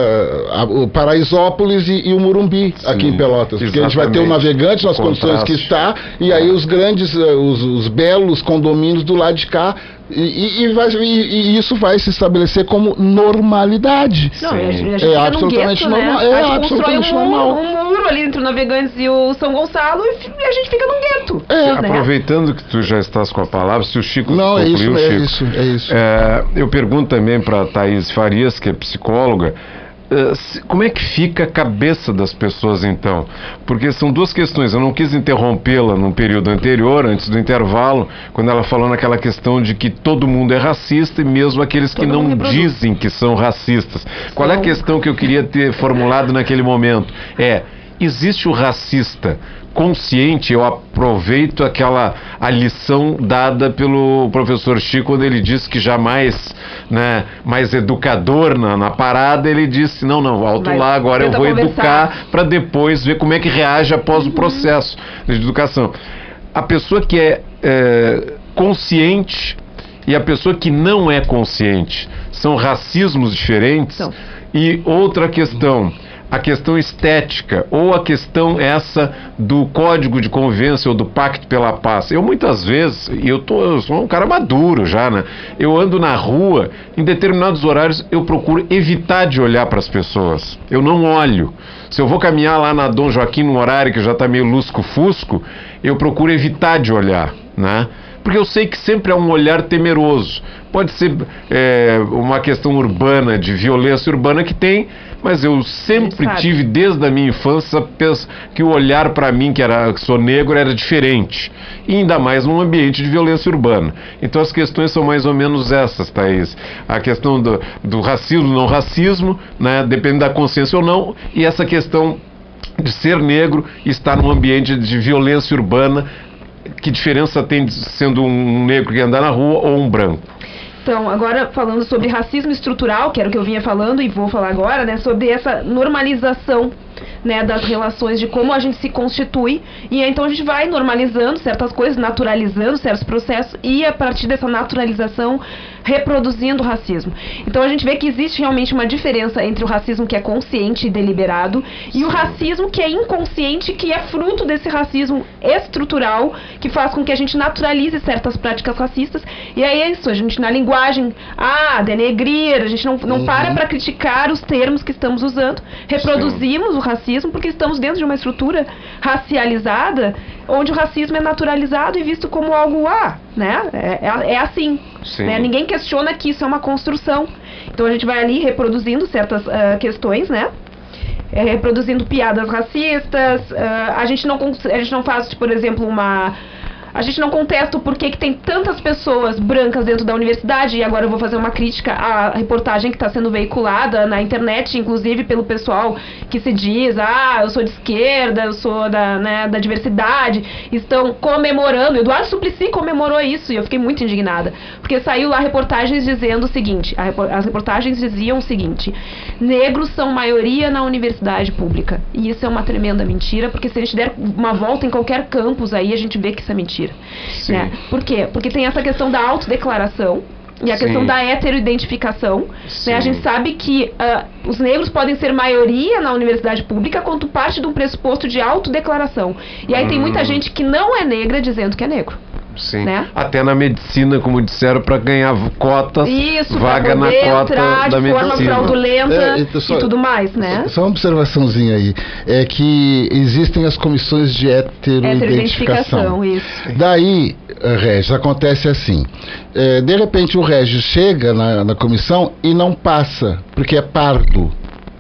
C: a, o Paraisópolis e, e o Morumbi Sim, aqui em Pelotas, porque exatamente. A gente vai ter o Navegante nas condições que está, e aí os grandes, uh, os, os belos condomínios do lado de cá. E, e, vai, e, e isso vai se estabelecer como normalidade.
B: Não, a gente, a gente
C: é absolutamente
B: gueto,
C: normal.
B: Né?
C: É
B: a gente
C: absolutamente
B: constrói um
C: normal.
B: muro, um muro ali entre o Navegantes e o São Gonçalo e a gente fica num gueto.
C: É,
B: né?
A: Aproveitando que tu já estás com a palavra, se o Chico
C: Não,
A: concluiu,
C: é isso,
A: Chico,
C: é isso, é isso.
A: É, eu pergunto também para a Thaís Farias, que é psicóloga, como é que fica a cabeça das pessoas então? Porque são duas questões. Eu não quis interrompê-la num período anterior, antes do intervalo, quando ela falou naquela questão de que todo mundo é racista e mesmo aqueles que não dizem que são racistas. Qual é a questão que eu queria ter formulado naquele momento? É, existe o racista consciente? Eu aproveito aquela a lição dada pelo professor Chico quando ele disse que jamais, né, mais educador na, na parada, ele disse, não, não, alto Vai, lá, agora eu vou conversar. Educar para depois ver como é que reage após uhum. o processo de educação. A pessoa que é, é consciente e a pessoa que não é consciente são racismos diferentes. Então. E outra questão, a questão estética ou a questão essa do código de convivência ou do pacto pela paz. Eu muitas vezes, e eu, tô, eu sou um cara maduro já, né? Eu ando na rua, em determinados horários eu procuro evitar de olhar para as pessoas. Eu não olho. Se eu vou caminhar lá na Dom Joaquim num horário que já está meio lusco-fusco, eu procuro evitar de olhar, né? Porque eu sei que sempre é um olhar temeroso. Pode ser é, uma questão urbana, de violência urbana que tem, mas eu sempre tive, desde a minha infância, penso que o olhar para mim, que, era, que sou negro, era diferente. E ainda mais num ambiente de violência urbana. Então as questões são mais ou menos essas, Thaís. A questão do, do racismo, não racismo, né, depende da consciência ou não, e essa questão de ser negro e estar num ambiente de violência urbana. Que diferença tem sendo um negro que anda na rua ou um branco?
B: Então, agora falando sobre racismo estrutural, que era o que eu vinha falando e vou falar agora, né, sobre essa normalização, né, das relações, de como a gente se constitui, e então a gente vai normalizando certas coisas, naturalizando certos processos, e a partir dessa naturalização reproduzindo o racismo. Então a gente vê que existe realmente uma diferença entre o racismo que é consciente e deliberado e o racismo que é inconsciente, que é fruto desse racismo estrutural, que faz com que a gente naturalize certas práticas racistas. E aí é isso, a gente na linguagem, ah, denegrir, a gente não, não uhum. para para criticar os termos que estamos usando, reproduzimos Sim. o racismo porque estamos dentro de uma estrutura racializada, onde o racismo é naturalizado e visto como algo, ah, né, é, é, é assim, né? Ninguém questiona que isso é uma construção. Então a gente vai ali reproduzindo certas uh, questões, né, é, reproduzindo piadas racistas, uh, a gente não a gente não faz, por exemplo, uma a gente não contesta o porquê que tem tantas pessoas brancas dentro da universidade, e agora eu vou fazer uma crítica à reportagem que está sendo veiculada na internet, inclusive pelo pessoal que se diz, ah, eu sou de esquerda, eu sou da, né, da diversidade, estão comemorando. Eduardo Suplicy comemorou isso e eu fiquei muito indignada, porque saiu lá reportagens dizendo o seguinte, a repor- as reportagens diziam o seguinte: negros são maioria na universidade pública, e isso é uma tremenda mentira, porque se a gente der uma volta em qualquer campus aí, a gente vê que isso é mentira. Né? Por quê? Porque tem essa questão da autodeclaração e a Sim. questão da heteroidentificação. Né? A gente sabe que uh, os negros podem ser maioria na universidade pública quanto parte de um pressuposto de autodeclaração. E aí hum. tem muita gente que não é negra dizendo que é negro.
A: Sim.
B: Né?
A: Até na medicina, como disseram, para ganhar cotas,
B: Isso,
A: vaga na cota da
B: de forma
A: medicina.
B: fraudulenta é, então só, e tudo mais, né?
C: Só uma observaçãozinha aí, é que existem as comissões de heteroidentificação.
B: Isso.
C: Daí, Regis, acontece assim, é, de repente o Regis chega na, na comissão e não passa, porque é pardo.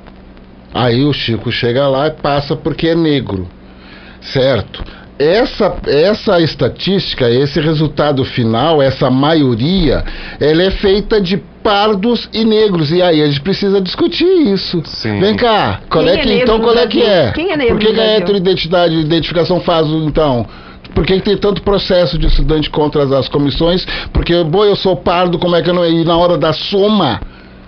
C: Aí o Chico chega lá e passa porque é negro, certo? Essa, essa estatística, esse resultado final, essa maioria, ela é feita de pardos e negros. E aí a gente precisa discutir isso.
A: Sim.
C: Vem cá, qual é que,
B: é
C: então qual é que é?
B: Quem é negro?
C: Por que, que a heteroidentidade e identificação faz, então? Por que, que tem tanto processo de estudante contra as, as comissões? Porque, bom, eu sou pardo, como é que eu não... E na hora da soma...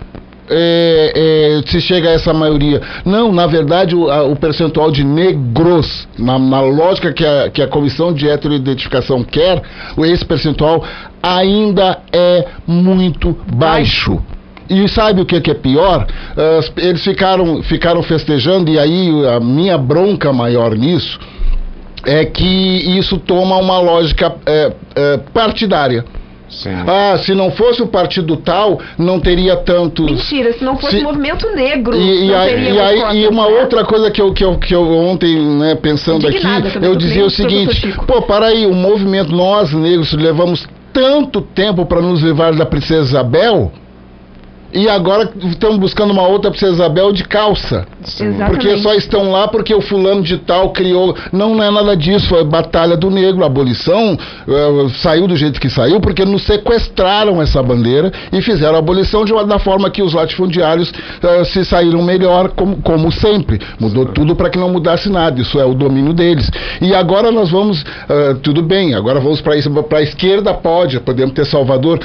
C: É, é, se chega a essa maioria. Não, na verdade o, a, o percentual de negros, na, na lógica que a, que a comissão de heteroidentificação quer, esse percentual ainda é muito baixo. E sabe o que, que é pior? Uh, eles ficaram, ficaram festejando, e aí a minha bronca maior nisso é que isso toma uma lógica é, é, partidária.
A: Sim.
C: Ah, se não fosse o partido tal, não teria tantos...
B: Mentira, se não fosse
C: se...
B: o movimento negro,
C: e,
B: não
C: e
B: teria
C: e, aí,
B: cotas,
C: e uma
B: né?
C: outra coisa que eu, que eu, que eu ontem, né, pensando
B: Indignada
C: aqui,
B: também,
C: eu dizia o seguinte, pô, para aí, o movimento, nós negros levamos tanto tempo para nos livrar da Princesa Isabel, e agora estamos buscando uma outra Princesa Isabel de calça.
B: Exatamente.
C: Porque só estão lá porque o fulano de tal criou. Não, não é nada disso, foi a batalha do negro, a abolição uh, saiu do jeito que saiu porque nos sequestraram essa bandeira e fizeram a abolição de uma, da forma que os latifundiários uh, se saíram melhor, como, como sempre. Mudou tudo para que não mudasse nada, isso é o domínio deles. E agora nós vamos, uh, tudo bem, agora vamos para a esquerda, pode, podemos ter Salvador.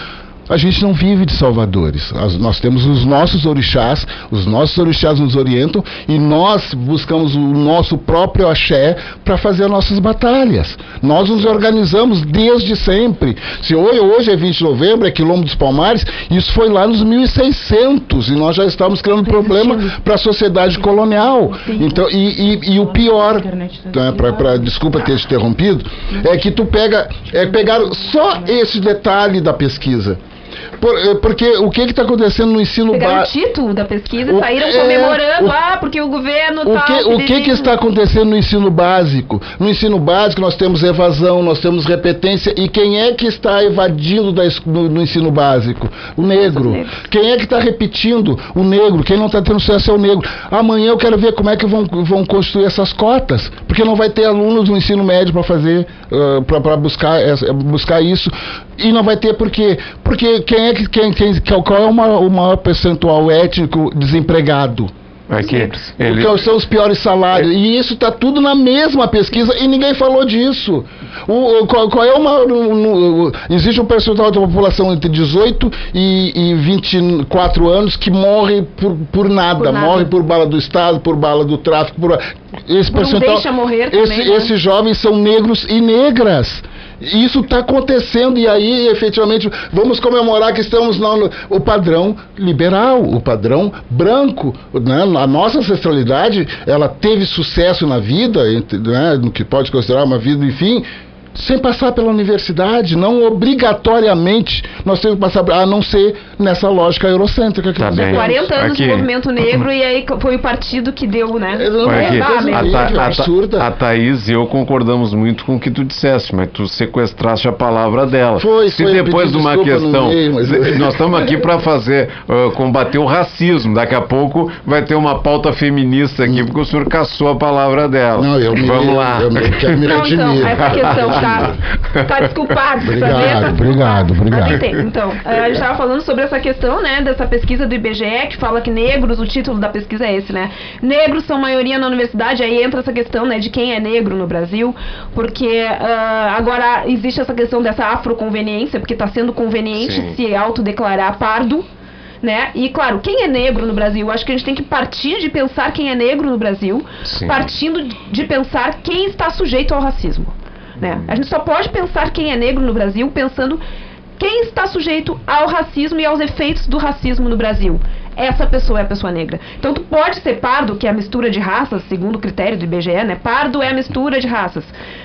C: A gente não vive de salvadores. As, nós temos os nossos orixás, os nossos orixás nos orientam e nós buscamos o nosso próprio axé para fazer as nossas batalhas. Nós nos organizamos desde sempre. Se hoje, hoje é vinte de novembro, é Quilombo dos Palmares, isso foi lá nos mil e seiscentos e nós já estamos criando problema para a sociedade colonial. Então, e, e, e o pior, tá, pra, pra, desculpa ter te interrompido, é que tu pega, é pegar só esse detalhe da pesquisa. Por, porque o que está acontecendo no ensino básico?
B: Pegaram o título da pesquisa e saíram comemorando, é, ah, porque o governo
C: o
B: tá...
C: Que, o que, que está acontecendo no ensino básico? No ensino básico nós temos evasão, nós temos repetência, e quem é que está evadindo da, no, no ensino básico? O negro. Quem é que está repetindo? O negro. Quem não está tendo sucesso é o negro. Amanhã eu quero ver como é que vão, vão construir essas cotas, porque não vai ter alunos no ensino médio para fazer, uh, para buscar, uh, buscar isso, e não vai ter por quê? Porque quem é que, quem, quem, qual é o maior, o maior percentual étnico desempregado?
A: Aqui, ele...
C: Porque são os piores salários. E isso está tudo na mesma pesquisa e ninguém falou disso. O, o, qual, qual é o maior... O, o, existe um percentual da população entre dezoito e, e vinte e quatro anos que morre por, por, nada. por nada. Morre por bala do Estado, por bala do tráfico. Por, esse
B: Não
C: percentual,
B: deixa morrer
C: esse,
B: também, né?
C: Esses jovens são negros e negras. Isso está acontecendo e aí, efetivamente, vamos comemorar que estamos no, o padrão liberal, o padrão branco, né? A nossa ancestralidade, ela teve sucesso na vida, né? No que pode considerar uma vida, enfim, sem passar pela universidade, não obrigatoriamente nós temos que passar, a não ser nessa lógica eurocêntrica. Que
A: tá bem.
B: quarenta anos
A: aqui.
B: de movimento negro e aí foi o partido que deu, né?
A: Aqui.
B: Ah,
A: a, Tha a, Tha a Thaís e eu concordamos muito com o que tu disseste, mas tu sequestraste a palavra dela.
C: Foi,
A: Se
C: foi,
A: depois de uma questão,
C: meio, mas...
A: nós estamos aqui para fazer, uh, combater o racismo, daqui a pouco vai ter uma pauta feminista aqui, porque o senhor caçou a palavra dela.
C: Não, eu
A: Vamos
C: me,
A: lá.
C: Eu, eu me, quero me
B: Não,
C: redimir.
B: então, essa questão tá, tá desculpado.
C: Obrigado,
B: saber, tá
C: obrigado, obrigado.
B: Então, a gente estava falando sobre essa questão, né, dessa pesquisa do I B G E, que fala que negros, o título da pesquisa é esse, né? Negros são maioria na universidade, aí entra essa questão, né, de quem é negro no Brasil, porque uh, agora existe essa questão dessa afroconveniência, porque está sendo conveniente
A: Sim.
B: se autodeclarar pardo, né? E claro, quem é negro no Brasil? Acho que a gente tem que partir de pensar quem é negro no Brasil,
A: Sim.
B: partindo de pensar quem está sujeito ao racismo, né? A gente só pode pensar quem é negro no Brasil pensando quem está sujeito ao racismo e aos efeitos do racismo no Brasil. Essa pessoa é a pessoa negra. Então tu pode ser pardo, que é a mistura de raças, segundo o critério do I B G E, né? Pardo é a mistura de raças.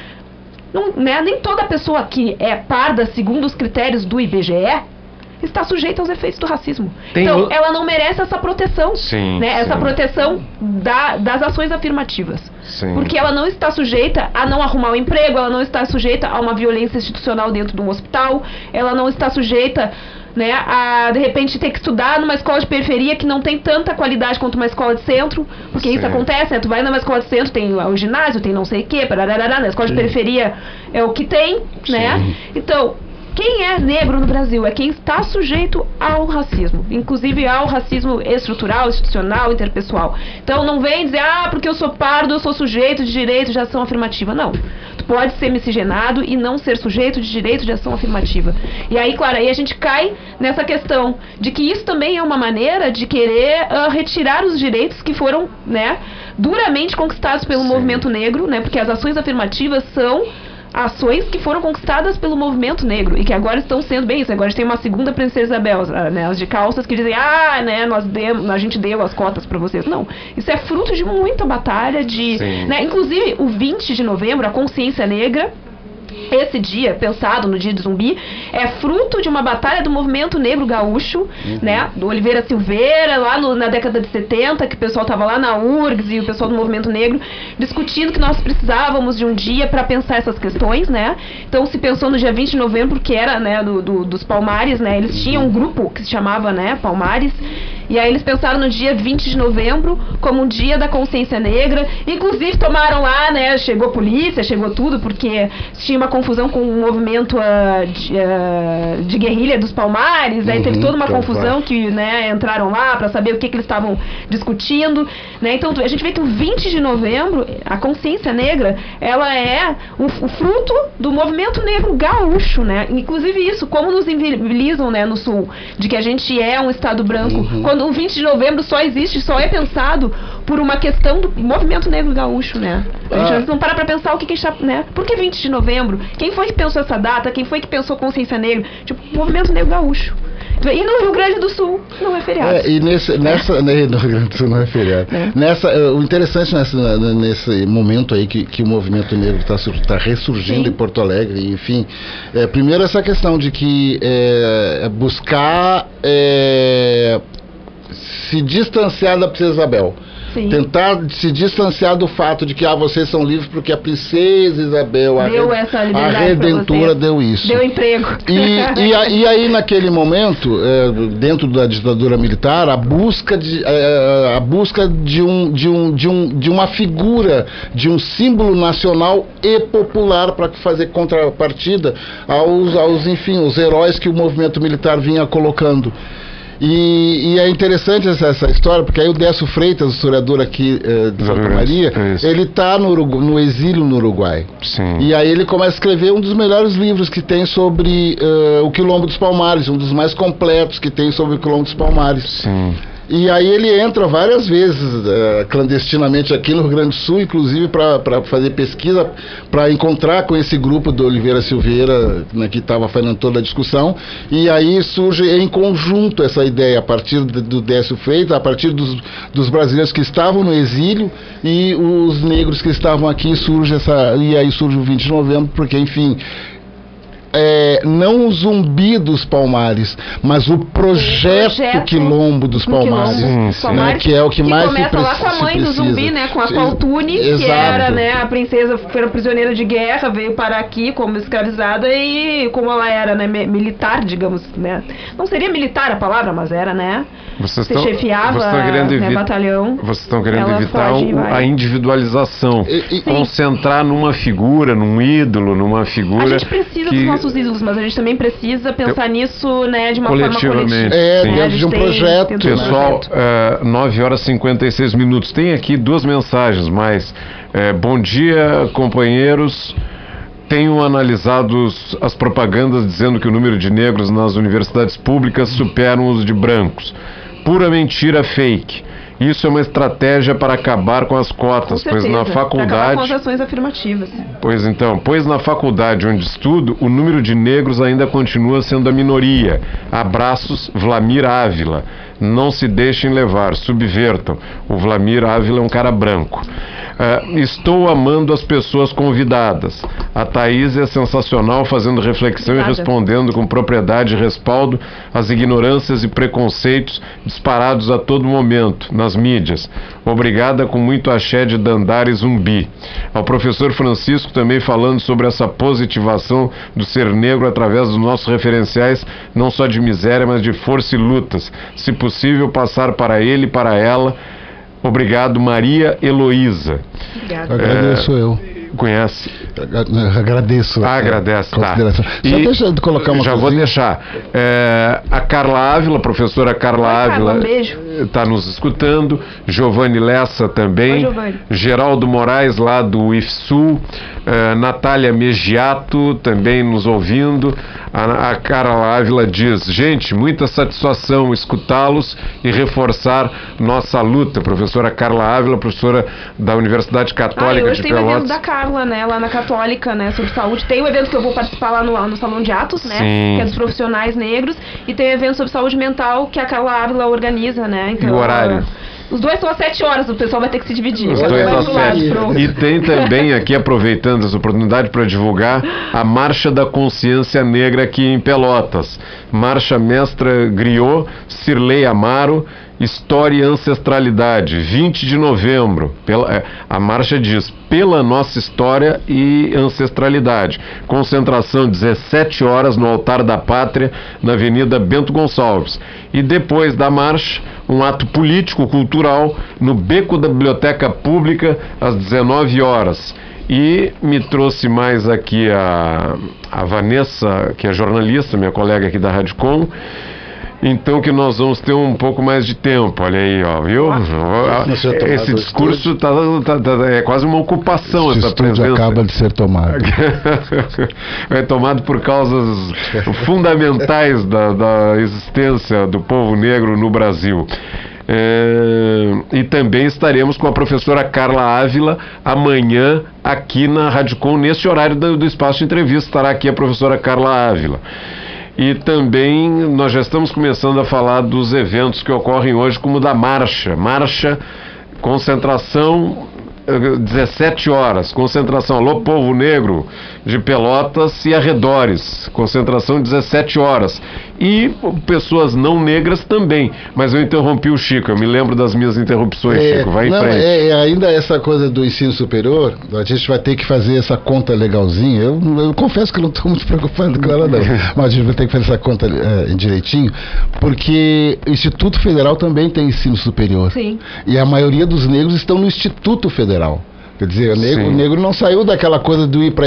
B: Não, né? Nem toda pessoa que é parda, segundo os critérios do I B G E, está sujeita aos efeitos do racismo.
A: Tem
B: então,
A: o...
B: ela não merece essa proteção,
A: sim,
B: né? Essa
A: sim.
B: proteção da, das ações afirmativas.
A: Sim.
B: Porque ela não está sujeita a não arrumar um emprego, ela não está sujeita a uma violência institucional dentro de um hospital, ela não está sujeita, né, a de repente ter que estudar numa escola de periferia que não tem tanta qualidade quanto uma escola de centro, porque
A: Sim.
B: isso acontece, né? Tu vai numa escola de centro, tem o ginásio, tem não sei o que, na escola
C: Sim.
B: de periferia é o que tem, né?
A: Sim.
B: Então, quem é negro no Brasil é quem está sujeito ao racismo, inclusive ao racismo estrutural, institucional, interpessoal. Então não vem dizer, ah, porque eu sou pardo, eu sou sujeito de direito de ação afirmativa. Não. Tu pode ser miscigenado e não ser sujeito de direito de ação afirmativa. E aí, claro, aí a gente cai nessa questão de que isso também é uma maneira de querer uh, retirar os direitos que foram, né, duramente conquistados pelo
A: Sim. movimento
B: negro, né, porque as ações afirmativas são ações que foram conquistadas pelo movimento negro e que agora estão sendo bem isso. Agora a gente tem uma segunda Princesa Isabel, né, as de calças que dizem, ah, né, nós demos, a gente deu as cotas para vocês. Não, isso é fruto de muita batalha, de, né, inclusive o vinte de novembro, a consciência negra, esse dia, pensado no dia do zumbi, é fruto de uma batalha do movimento negro gaúcho, uhum. né, do Oliveira Silveira, lá no, na década de setenta, que o pessoal estava lá na U R G S e o pessoal do movimento negro discutindo que nós precisávamos de um dia para pensar essas questões, né. Então se pensou no dia vinte de novembro, que era, né, do, do, dos Palmares, né, eles tinham um grupo que se chamava, né, Palmares, E aí eles pensaram no dia vinte de novembro como um dia da consciência negra. Inclusive tomaram lá, né, chegou a polícia, chegou tudo, porque tinha uma confusão com o movimento uh, de, uh, de guerrilha dos Palmares. Aí uhum, teve toda uma claro, confusão claro. que, né, entraram lá para saber o que, que eles estavam discutindo, né? Então a gente vê que o vinte de novembro, a consciência negra, ela é o, o fruto do movimento negro gaúcho, né? Inclusive isso, como nos inviabilizam, né, no Sul, de que a gente é um estado branco, uhum. quando o vinte de novembro só existe, só é pensado por uma questão do movimento negro gaúcho, né? A gente ah. não para pra pensar o que que está, né? Por que vinte de novembro? Quem foi que pensou essa data? Quem foi que pensou consciência negra? Tipo, movimento negro gaúcho. E no Rio Grande do Sul não é feriado.
C: É, e nesse, nessa, né, no Rio Grande do Sul não é feriado. É. Nessa, o interessante nessa, nesse momento aí que, que o movimento negro está tá ressurgindo Sim. em Porto Alegre, enfim, é, primeiro essa questão de que é, buscar é, se distanciar da Princesa Isabel. Sim. Tentar se distanciar do fato de que ah, vocês são livres porque a Princesa Isabel, a,
B: deu essa
C: a Redentora deu isso.
B: Deu emprego.
C: E, e, a, e aí naquele momento, é, dentro da ditadura militar, a busca de, é, a busca de, um, de, um, de, um, de uma figura, de um símbolo nacional e popular para fazer contrapartida aos, aos, enfim, os heróis que o movimento militar vinha colocando. E, e é interessante essa, essa história, porque aí o Décio Freitas, o historiador aqui eh, de Santa Maria, é ele está no, no exílio no Uruguai.
A: Sim.
C: E aí ele começa a escrever um dos melhores livros que tem sobre uh, o Quilombo dos Palmares, um dos mais completos que tem sobre o Quilombo dos Palmares.
A: Sim.
C: E aí ele entra várias vezes uh, clandestinamente aqui no Rio Grande do Sul, inclusive para fazer pesquisa, para encontrar com esse grupo do Oliveira Silveira, né, que estava fazendo toda a discussão. E aí surge em conjunto essa ideia, a partir do Décio Freitas, a partir dos, dos brasileiros que estavam no exílio e os negros que estavam aqui, surge essa, e aí surge o vinte de novembro, porque, enfim... É, não o Zumbi dos Palmares, mas o projeto, projeto Quilombo dos Palmares,
B: Quilombo,
C: sim, né, que é o que, que mais
B: começa
C: se
B: lá com a mãe do Zumbi, né, com a Qualtune, que era, né, a princesa, foi prisioneira de guerra, veio parar aqui como escravizada e como ela era, né, militar, digamos, né, não seria militar a palavra, mas era, né,
A: vocês
B: você
A: tão,
B: chefiava,
A: vocês
B: né, batalhão.
A: Vocês estão querendo evitar o, a individualização, e, e, concentrar numa figura, num ídolo, numa figura.
B: A gente precisa
A: que...
B: dos nossos ídolos, mas a gente também precisa pensar Eu, nisso, né, de uma
A: coletivamente,
B: forma coletiva.
C: É, dentro né, de um tem, projeto.
A: Pessoal, é, nove horas e cinquenta e seis minutos. Tem aqui duas mensagens, mas é, bom dia, companheiros. Tenho analisado as propagandas dizendo que o número de negros nas universidades públicas superam os de brancos. Pura mentira, fake. Isso é uma estratégia para acabar com as cotas,
B: com
A: pois na faculdade...
B: com as ações afirmativas.
A: Pois então, pois na faculdade onde estudo, o número de negros ainda continua sendo a minoria. Abraços, Vlamir Ávila. Não se deixem levar, subvertam. O Vlamir Ávila é um cara branco. Uh, estou amando as pessoas convidadas. A Thaís é sensacional, fazendo reflexão Nada. e respondendo com propriedade e respaldo às ignorâncias e preconceitos disparados a todo momento nas mídias. Obrigada, com muito axé de Dandara e Zumbi. Ao professor Francisco também falando sobre essa positivação do ser negro através dos nossos referenciais, não só de miséria, mas de força e lutas. Se possível, passar para ele e para ela. Obrigado, Maria Heloísa.
B: Obrigada.
C: Agradeço é, eu.
A: Conhece?
C: Agradeço.
A: Ah, agradece, tá.
C: Só
A: e
C: deixa eu colocar uma
A: Já
C: coisinha.
A: vou deixar. É, a Carla Ávila, a professora Carla
B: Oi,
A: Ávila,
B: um beijo.
A: está nos escutando. Giovanni Lessa também.
B: Oi,
A: Geraldo Moraes, lá do I F S U. É, Natália Megiato, também nos ouvindo. A, a Carla Ávila diz: gente, muita satisfação escutá-los e reforçar nossa luta. Professora Carla Ávila, professora da Universidade Católica
B: ah,
A: de
B: Pelotas. Tem o evento da
A: Carla,
B: Carla, né, lá na Católica, né, sobre saúde. Tem o evento que eu vou participar lá no, no Salão de Atos, né,
A: Sim.
B: que é dos profissionais negros, e tem o evento sobre saúde mental que a Carla Ávila organiza, né. Então,
A: e o horário?
B: Ela, os dois são às sete horas, o pessoal vai ter que se dividir.
A: Os dois às sete. E tem também aqui, aproveitando essa oportunidade para divulgar, a Marcha da Consciência Negra aqui em Pelotas. Marcha Mestra Griot, Cirlei Amaro, História e Ancestralidade, vinte de novembro. Pela, é, a marcha diz: pela nossa história e ancestralidade. Concentração dezessete horas no Altar da Pátria, na Avenida Bento Gonçalves. E depois da marcha, um ato político, cultural, no beco da Biblioteca Pública, às dezenove horas. E me trouxe mais aqui a, a Vanessa, que é jornalista, minha colega aqui da Rádio Com. Então que nós vamos ter um pouco mais de tempo, olha aí, ó, viu? Esse discurso tá, tá, tá, é quase uma ocupação,
C: esse
A: essa presença.
C: Acaba de ser tomado.
A: É tomado por causas fundamentais da, da existência do povo negro no Brasil. É, e também estaremos com a professora Carla Ávila amanhã aqui na Rádio Com, nesse horário do, do espaço de entrevista. Estará aqui a professora Carla Ávila. E também nós já estamos começando a falar dos eventos que ocorrem hoje, como da marcha. Marcha, concentração, dezessete horas, concentração, alô povo negro de Pelotas e arredores, concentração dezessete horas. E pessoas não negras também, mas eu interrompi o Chico, eu me lembro das minhas interrupções,
C: é,
A: Chico, vai em
C: não,
A: frente.
C: É, é, ainda essa coisa do ensino superior, a gente vai ter que fazer essa conta legalzinha, eu, eu confesso que eu não estou muito preocupado com ela não, mas a gente vai ter que fazer essa conta é, direitinho, porque o Instituto Federal também tem ensino superior.
B: Sim.
C: E a maioria dos negros estão no Instituto Federal. Quer dizer, o negro, o negro não saiu daquela coisa do ir para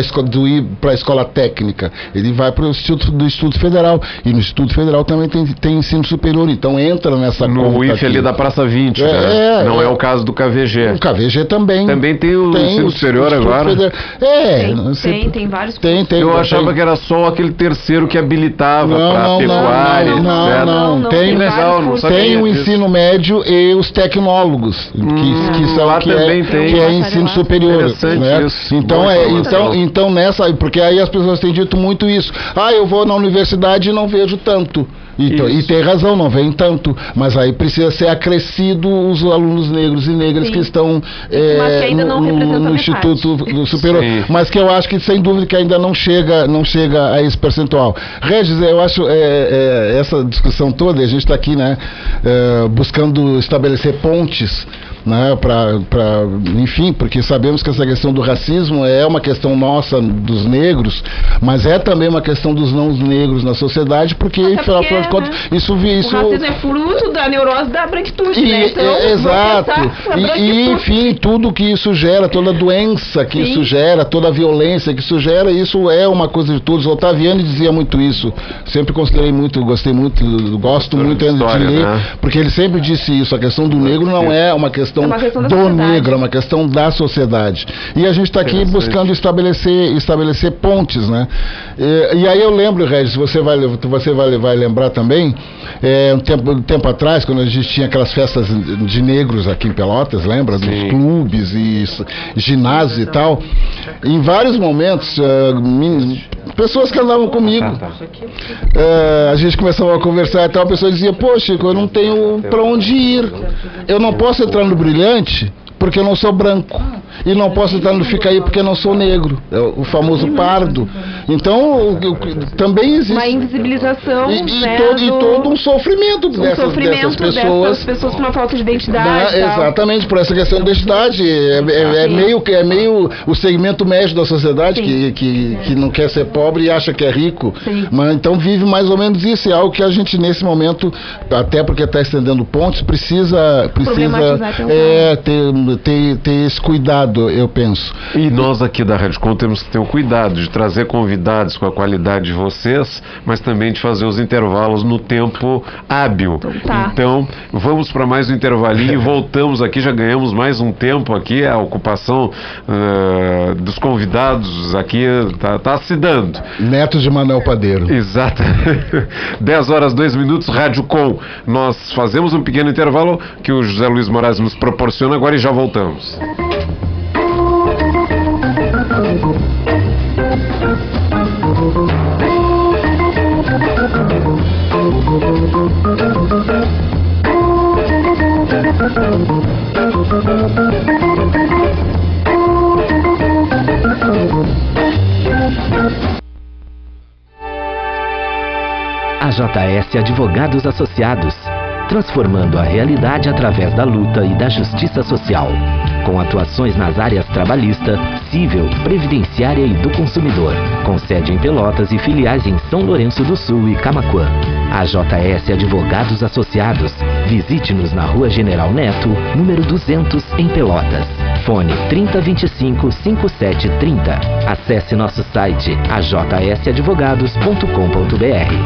C: a escola técnica, ele vai para o Instituto do Instituto Federal, e no Instituto Federal também tem, tem ensino superior, então entra nessa
A: no
C: conta
A: I F ali da Praça vinte,
C: é,
A: né?
C: é,
A: não é,
C: é
A: o caso do K V G.
C: O K V G também.
A: Também tem o
C: tem
A: ensino
C: o
A: superior
C: Instituto
A: agora?
C: Federal. É,
B: tem,
C: você,
B: tem, tem vários.
C: Tem, tem,
A: eu
C: tem,
A: achava
C: tem.
A: que era só aquele terceiro que habilitava para pecuária,
C: não, não,
A: etcétera.
C: não, não,
A: tem,
C: tem,
A: legal, não
C: tem o ensino médio e os tecnólogos,
A: hum,
C: que, que são
A: lá
C: que
A: também
C: é,
A: tem.
C: que é ensino superior.
A: Interessante
C: Né?
A: isso.
C: Então, é, então, então nessa, porque aí as pessoas têm dito muito isso. Ah, eu vou na universidade e não vejo tanto. E, e tem razão, não vem tanto, mas aí precisa ser acrescido os alunos negros e negras Sim. que estão é, no, no, no Instituto do Superior, Sim. mas que eu acho que sem dúvida que ainda não chega, não chega a esse percentual. Regis, eu acho é, é, essa discussão toda, a gente está aqui, né, é, buscando estabelecer pontes, né, pra, pra, enfim, porque sabemos que essa questão do racismo é uma questão nossa, dos negros, mas é também uma questão dos não negros na sociedade, porque, afinal de contas, né? isso, isso...
B: O racismo é fruto da neurose da branquitude,
C: e,
B: né? Então,
C: é, exato. E, e, enfim, tudo que isso gera, toda a doença que Sim. isso gera, toda a violência que isso gera, isso é uma coisa de todos. O Otaviani dizia muito isso, sempre considerei muito, gostei muito, gosto muito de
A: história,
C: ler,
A: né?
C: porque ele sempre disse isso, a questão do negro não é uma questão, é uma questão do sociedade. negro, é uma questão da sociedade. E a gente está aqui buscando estabelecer, estabelecer pontes, né? E, e aí eu lembro, Regis, você vai, você vai, vai lembrar também, é, um, tempo, um tempo atrás, quando a gente tinha aquelas festas de negros aqui em Pelotas, lembra? Sim. Dos clubes e ginásios e tal. Em vários momentos, uh, min, pessoas que andavam comigo, uh, a gente começava a conversar e tal, a pessoa dizia, pô, Chico, eu não tenho para onde ir. Eu não posso entrar no Brilhante porque eu não sou branco. E não posso entrar no Fica Aí porque eu não sou negro. É o famoso pardo. Então, eu, eu, também existe...
B: Uma invisibilização,
C: e, e,
B: né,
C: todo,
B: do...
C: e todo um sofrimento,
B: um
C: dessas,
B: sofrimento
C: dessas pessoas.
B: dessas pessoas com uma falta de identidade.
C: Né, exatamente, por essa questão de identidade. É, é, é, meio, é meio o segmento médio da sociedade que, que, que não quer ser pobre e acha que é rico. Sim. Mas então vive mais ou menos isso. É algo que a gente, nesse momento, até porque está estendendo pontos, precisa, precisa é, ter, ter, ter esse cuidado, eu penso.
A: E nós aqui da Rádio Com temos que ter o cuidado de trazer convidados com a qualidade de vocês, mas também de fazer os intervalos no tempo hábil. Então, tá. Então vamos para mais um intervalinho e voltamos aqui, já ganhamos mais um tempo aqui, a ocupação uh, dos convidados aqui tá, tá se dando.
C: Netos de Manuel Padeiro.
A: Exato. dez horas, dois minutos, Rádio Com. Nós fazemos um pequeno intervalo que o José Luiz Moraes nos proporciona agora e já voltamos.
H: A J S Advogados Associados, transformando a realidade através da luta e da justiça social, com atuações nas áreas trabalhista, civil, previdenciária e do consumidor, com sede em Pelotas e filiais em São Lourenço do Sul e Camaquã. A J S Advogados Associados. Visite-nos na Rua General Neto, número duzentos, em Pelotas. Fone trinta, vinte e cinco, cinquenta e sete, trinta. Acesse nosso site a j s advogados ponto com ponto b r.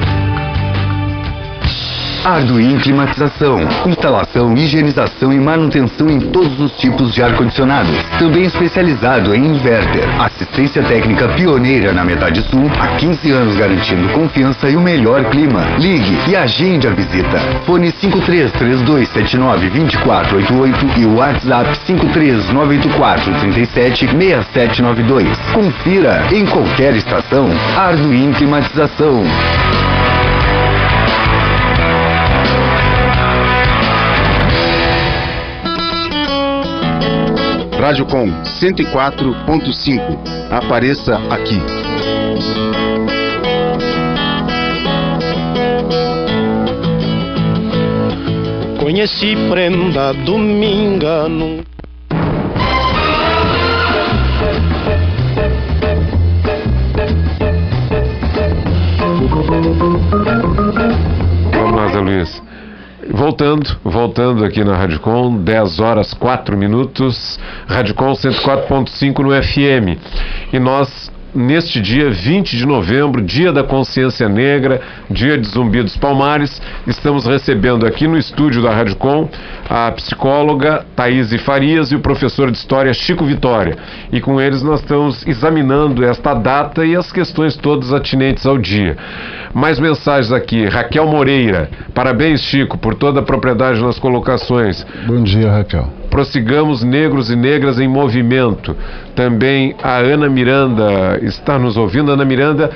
I: Arduin Climatização. Instalação, higienização e manutenção em todos os tipos de ar-condicionado. Também especializado em inverter. Assistência técnica pioneira na metade sul. Há quinze anos garantindo confiança e o melhor clima. Ligue e agende a visita. Fone cinco três três dois sete nove dois quatro oito oito e o WhatsApp cinco três nove oito quatro, três sete, seis sete nove dois. Confira em qualquer estação. Arduin Climatização.
J: Rádio Com cento e quatro ponto cinco. Apareça aqui.
K: Conheci prenda dominga num...
A: Vamos lá, Zé Luiz. Voltando, voltando aqui na Rádio Com, dez horas, quatro minutos, Rádio Com cento e quatro ponto cinco no F M. E nós, neste dia vinte de novembro, dia da consciência negra, dia de Zumbi dos Palmares, estamos recebendo aqui no estúdio da Rádio Com a psicóloga Thaís Farias e o professor de História Chico Vitória. E com eles nós estamos examinando esta data e as questões todas atinentes ao dia. Mais mensagens aqui. Raquel Moreira. Parabéns, Chico, por toda a propriedade nas colocações.
C: Bom dia, Raquel.
A: Prossigamos, negros e negras em movimento. Também a Ana Miranda está nos ouvindo. Ana Miranda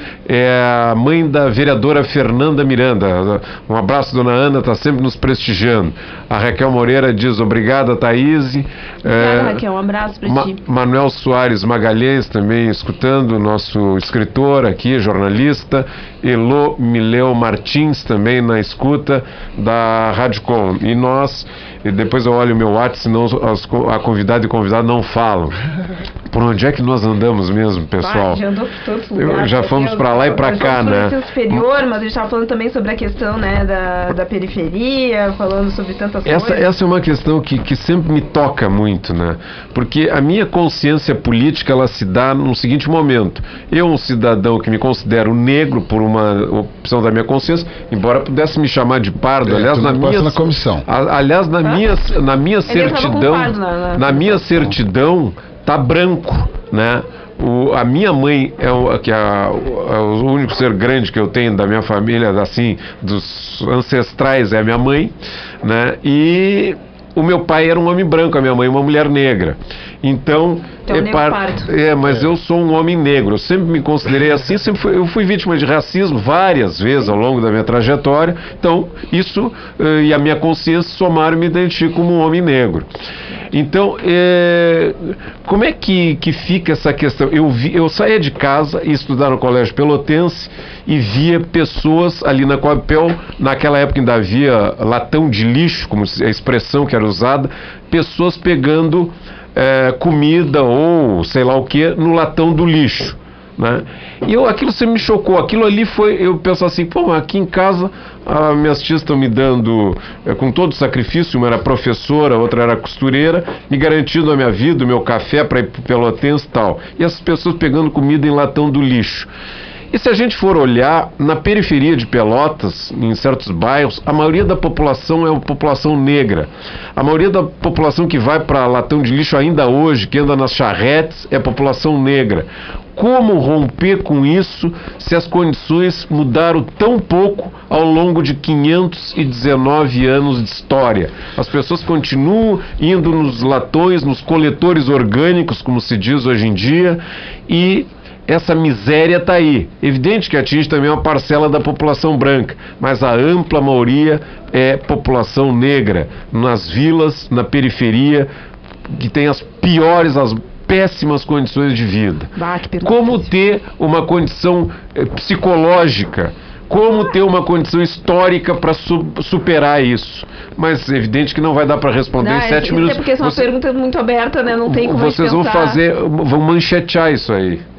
A: é a mãe da vereadora Fernanda Miranda. Um abraço, dona Ana, está sempre nos prestigiando. A Raquel Moreira diz obrigada, Thaís.
B: Obrigada,
A: é,
B: Raquel, um abraço para
A: Ma
B: ti.
A: Manuel Soares Magalhães também escutando, nosso escritor aqui, jornalista. Elô Mileu Martins também na escuta da Rádio Com. E nós, e depois eu olho o meu WhatsApp, senão as, a convidada e convidado não falam. Por onde é que nós andamos mesmo, pessoal?
B: Bah, já andou por todos os lugares.
A: Já fomos para lá e para cá, né?
B: Ensino superior, mas a gente estava falando também sobre a questão, né, da, da periferia, falando sobre tantas
A: essa,
B: coisas.
A: Essa é uma questão que, que sempre me toca muito, né? Porque a minha consciência política, ela se dá no seguinte momento. Eu, um cidadão que me considero negro por uma opção da minha consciência, embora pudesse me chamar de pardo,
C: É,
A: aliás,
C: tu
A: na
C: não passa
A: minha,
C: na comissão.
A: a- aliás, na minha, na minha
B: Ele tava com
A: certidão,
B: pardo na- na-
A: na minha certidão, tá branco, né? O, a minha mãe é o, que é, a, é o único ser grande que eu tenho da minha família, assim, dos ancestrais, é a minha mãe, né? E o meu pai era um homem branco, a minha mãe uma mulher negra. Então,
B: Então,
A: é,
B: negro
A: par-
B: pardo.
A: é, mas eu sou um homem negro. Eu sempre me considerei assim, sempre fui, eu fui vítima de racismo várias vezes ao longo da minha trajetória. Então, isso eh, e a minha consciência somaram me identifico como um homem negro. Então, é, como é que, que fica essa questão? Eu, vi, eu saía de casa e estudar no Colégio Pelotense e via pessoas ali na Coapel, naquela época ainda havia latão de lixo, como a expressão que era usada, pessoas pegando é, comida ou sei lá o que no latão do lixo. Né? E eu, aquilo sempre me chocou. Aquilo ali foi, eu penso assim, pô, mas aqui em casa as minhas tias estão me dando é, com todo sacrifício, uma era professora, outra era costureira, me garantindo a minha vida, o meu café para ir pro Pelotense e tal, e essas pessoas pegando comida em latão do lixo. E se a gente for olhar, na periferia de Pelotas, em certos bairros, a maioria da população é uma população negra. A maioria da população que vai para latão de lixo ainda hoje, que anda nas charretes, é a população negra. Como romper com isso se as condições mudaram tão pouco ao longo de quinhentos e dezenove anos de história? As pessoas continuam indo nos latões, nos coletores orgânicos, como se diz hoje em dia, e essa miséria está aí. Evidente que atinge também uma parcela da população branca, mas a ampla maioria é população negra, nas vilas, na periferia, que tem as piores, as péssimas condições de vida.
B: Bah, que
A: Como ter uma condição eh, psicológica, como ter uma condição histórica para su superar isso? Mas é evidente que não vai dar para responder
B: Não,
A: em sete
B: é,
A: minutos.
B: é porque essa é uma
A: Você,
B: pergunta muito aberta, né? Não tem como
A: vocês
B: a gente
A: vão
B: pensar.
A: fazer, vão manchetear isso aí.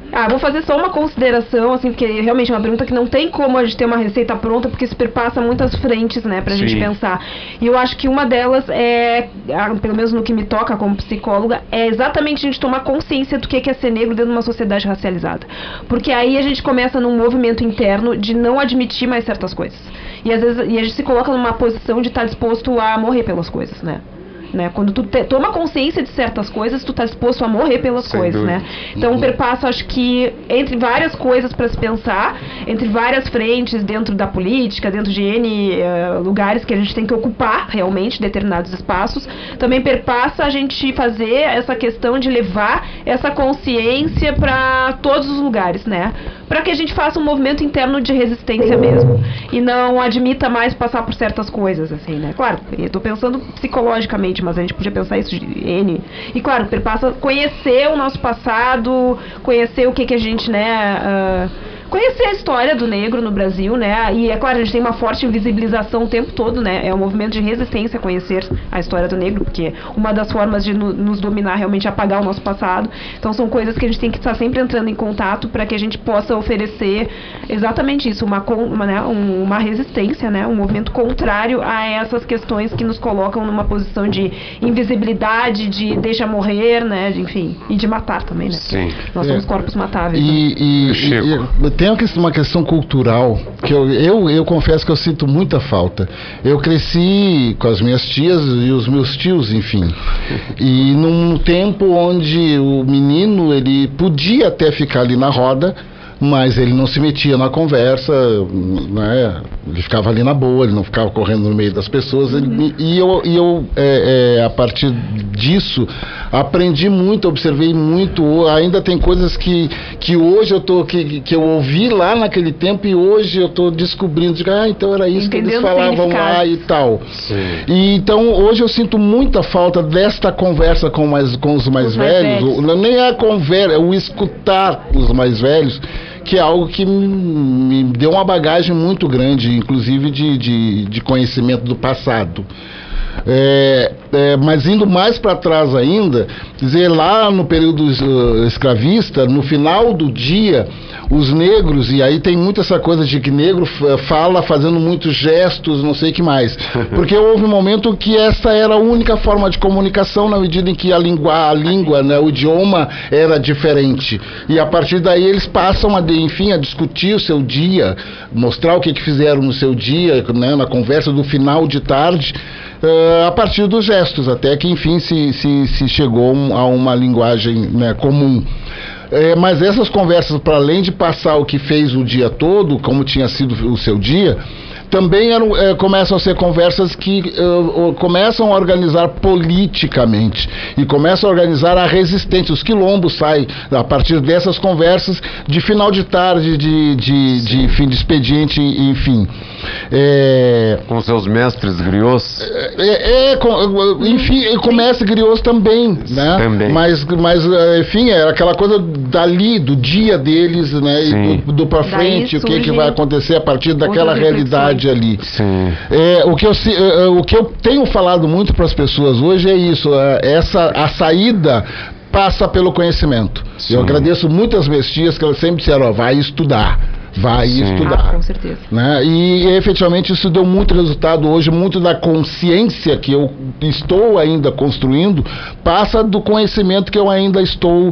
B: Ah, vou fazer só uma consideração, assim, porque realmente é uma pergunta que não tem como a gente ter uma receita pronta, porque isso perpassa muitas frentes, né, pra Sim. gente pensar. E eu acho que uma delas é, pelo menos no que me toca como psicóloga, é exatamente a gente tomar consciência do que é ser negro dentro de uma sociedade racializada. Porque aí a gente começa num movimento interno de não admitir mais certas coisas. E às vezes e a gente se coloca numa posição de estar disposto a morrer pelas coisas, né? Né? Quando tu te, toma consciência de certas coisas, tu tá disposto a morrer pelas Sem coisas, dúvida. né? Então uhum. perpassa, acho que entre várias coisas para se pensar, entre várias frentes dentro da política, dentro de N uh, lugares que a gente tem que ocupar realmente determinados espaços, também perpassa a gente fazer essa questão de levar essa consciência para todos os lugares, né? Para que a gente faça um movimento interno de resistência mesmo e não admita mais passar por certas coisas, assim, né? Claro, eu tô pensando psicologicamente, mas a gente podia pensar isso de N. E claro, perpassa conhecer o nosso passado, conhecer o que que a gente, né, uh, conhecer a história do negro no Brasil, né? E é claro, a gente tem uma forte invisibilização o tempo todo, né? É um movimento de resistência conhecer a história do negro, porque uma das formas de no, nos dominar realmente é apagar o nosso passado. Então são coisas que a gente tem que estar sempre entrando em contato para que a gente possa oferecer exatamente isso, uma, uma, né, um, uma resistência, né? Um movimento contrário a essas questões que nos colocam numa posição de invisibilidade, de deixa morrer, né? De, enfim, e de matar também, né?
A: Sim.
B: Nós somos é. corpos matáveis.
C: E,
B: né?
C: e, e, e tem uma questão cultural que eu, eu, eu confesso que eu sinto muita falta. Eu cresci com as minhas tias e os meus tios, enfim, e num tempo onde o menino ele podia até ficar ali na roda, mas ele não se metia na conversa, né? Ele ficava ali na boa, ele não ficava correndo no meio das pessoas. Ele, e eu, e eu é, é, a partir disso, aprendi muito, observei muito. Ainda tem coisas que, que hoje eu tô, que, que eu ouvi lá naquele tempo e hoje eu estou descobrindo. Digo, ah, então era isso Entendendo que eles falavam lá e tal. Sim. E então hoje eu sinto muita falta desta conversa com, mais, com os mais os velhos. Mais velhos. Nem a conversa, é o escutar os mais velhos, que é algo que me deu uma bagagem muito grande, inclusive de, de, de conhecimento do passado. É, é, mas indo mais para trás ainda, dizer, lá no período uh, escravista, no final do dia, os negros, e aí tem muito essa coisa de que negro fala fazendo muitos gestos, não sei o que mais, porque houve um momento que essa era a única forma de comunicação, na medida em que a língua, a língua, né, o idioma era diferente, e a partir daí eles passam a, enfim, a discutir o seu dia, mostrar o que, que fizeram no seu dia, né, na conversa do final de tarde, Uh, a partir dos gestos, até que enfim se, se, se chegou a uma linguagem, né, comum. É, mas essas conversas, para além de passar o que fez o dia todo, como tinha sido o seu dia, também eram, é, começam a ser conversas que uh, uh, começam a organizar politicamente e começam a organizar a resistência. Os quilombos saem a partir dessas conversas de final de tarde, de, de, de fim de expediente, enfim. É,
A: com seus mestres griots?
C: É, é com, enfim, com mestre griots também, né? Também. Mas, mas, enfim, era aquela coisa dali, do dia deles, né? E do, do para frente, o que, que vai acontecer a partir daquela realidade ali. Sim. É, o, que eu, o que eu tenho falado muito para as pessoas hoje é isso, essa, a saída passa pelo conhecimento. Sim. Eu agradeço muito as minhas tias que elas sempre disseram, ó, vai estudar. Vai Sim. estudar.
B: Ah, com certeza.
C: Né? E efetivamente isso deu muito resultado hoje, muito da consciência que eu estou ainda construindo, passa do conhecimento que eu ainda estou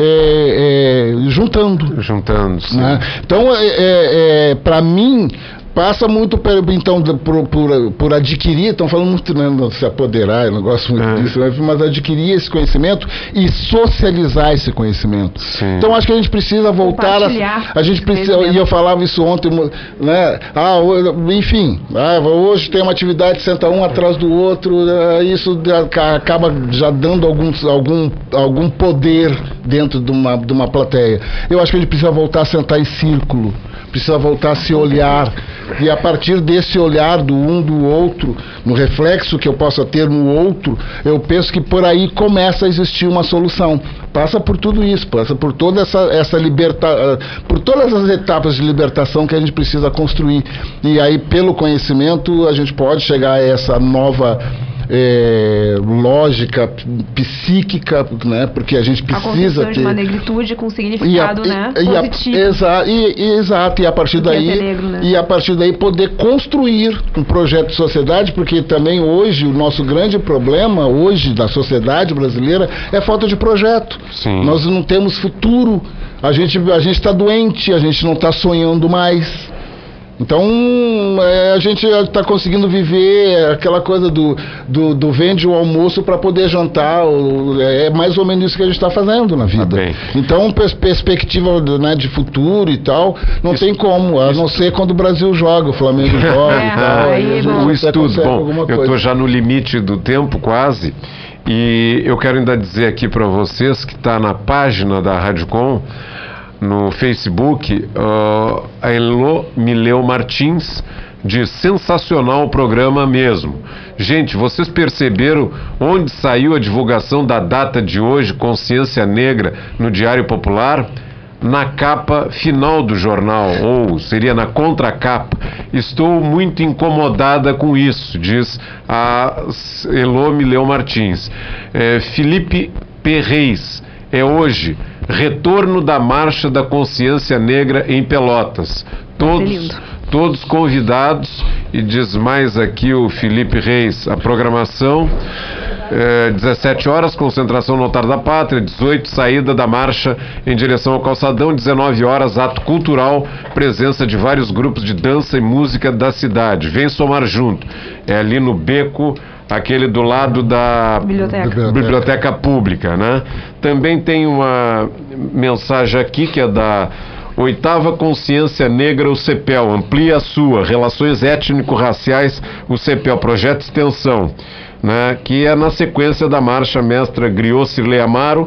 C: é, é, juntando.
A: Juntando, sim.
C: Né? Então, é, é, para mim, passa muito por, então, por, por, por adquirir, estão falando muito, né, se apoderar, eu não gosto muito é. disso, mas adquirir esse conhecimento e socializar esse conhecimento. Sim. Então acho que a gente precisa voltar a, a gente precisa, e eu falava isso ontem, né, ah, enfim, ah, hoje tem uma atividade, senta um atrás do outro, isso acaba já dando algum, algum, algum poder dentro de uma, de uma plateia. Eu acho que a gente precisa voltar a sentar em círculo, precisa voltar a se olhar, e a partir desse olhar do um do outro, no reflexo que eu possa ter no outro, eu penso que por aí começa a existir uma solução. Passa por tudo isso, passa por toda essa, essa liberta, por todas as etapas de libertação que a gente precisa construir. E aí, pelo conhecimento, a gente pode chegar a essa nova é, lógica, psíquica, né? Porque a gente precisa
B: a
C: ter...
B: de uma negritude com significado,
C: e a,
B: né?
C: E,
B: positivo.
C: E a, exa, e, e, exato, e a partir daí...
B: É negro, né?
C: E a partir daí poder construir um projeto de sociedade, porque também hoje o nosso grande problema, hoje, da sociedade brasileira, é falta de projeto.
A: Sim.
C: Nós não temos futuro, a gente a gente está doente, a gente não está sonhando mais. Então, é, a gente está conseguindo viver aquela coisa do, do, do vende o almoço para poder jantar. O, é mais ou menos isso que a gente está fazendo na vida.
A: Tá bem.
C: Então, pers perspectiva, né, de futuro e tal, não isso, tem como, a isso. não ser quando o Brasil joga, o Flamengo joga
B: é,
C: e tal.
B: Aí,
A: o estudo, bom, eu estou já no limite do tempo quase, e eu quero ainda dizer aqui para vocês que está na página da Rádio Com, no Facebook, uh, a Elô Mileu Martins diz: sensacional o programa mesmo. Gente, vocês perceberam onde saiu a divulgação da data de hoje, Consciência Negra, no Diário Popular? Na capa final do jornal, ou seria na contracapa. Estou muito incomodada com isso, diz a Elô Mileu Martins. É, Felipe P. Reis, é hoje, retorno da Marcha da Consciência Negra em Pelotas. Todos, todos convidados, e diz mais aqui o Felipe Reis, a programação, é, dezessete horas, concentração no Altar da Pátria, dezoito, saída da marcha em direção ao Calçadão, dezenove horas, ato cultural, presença de vários grupos de dança e música da cidade. Vem somar junto. É ali no beco, aquele do lado da biblioteca. biblioteca pública, né? Também tem uma mensagem aqui que é da Oitava Consciência Negra, o CEPEL, amplia a sua, Relações Étnico-Raciais, o CEPEL, projeto de extensão, né? Que é na sequência da marcha mestra Griot Cirlei Amaro,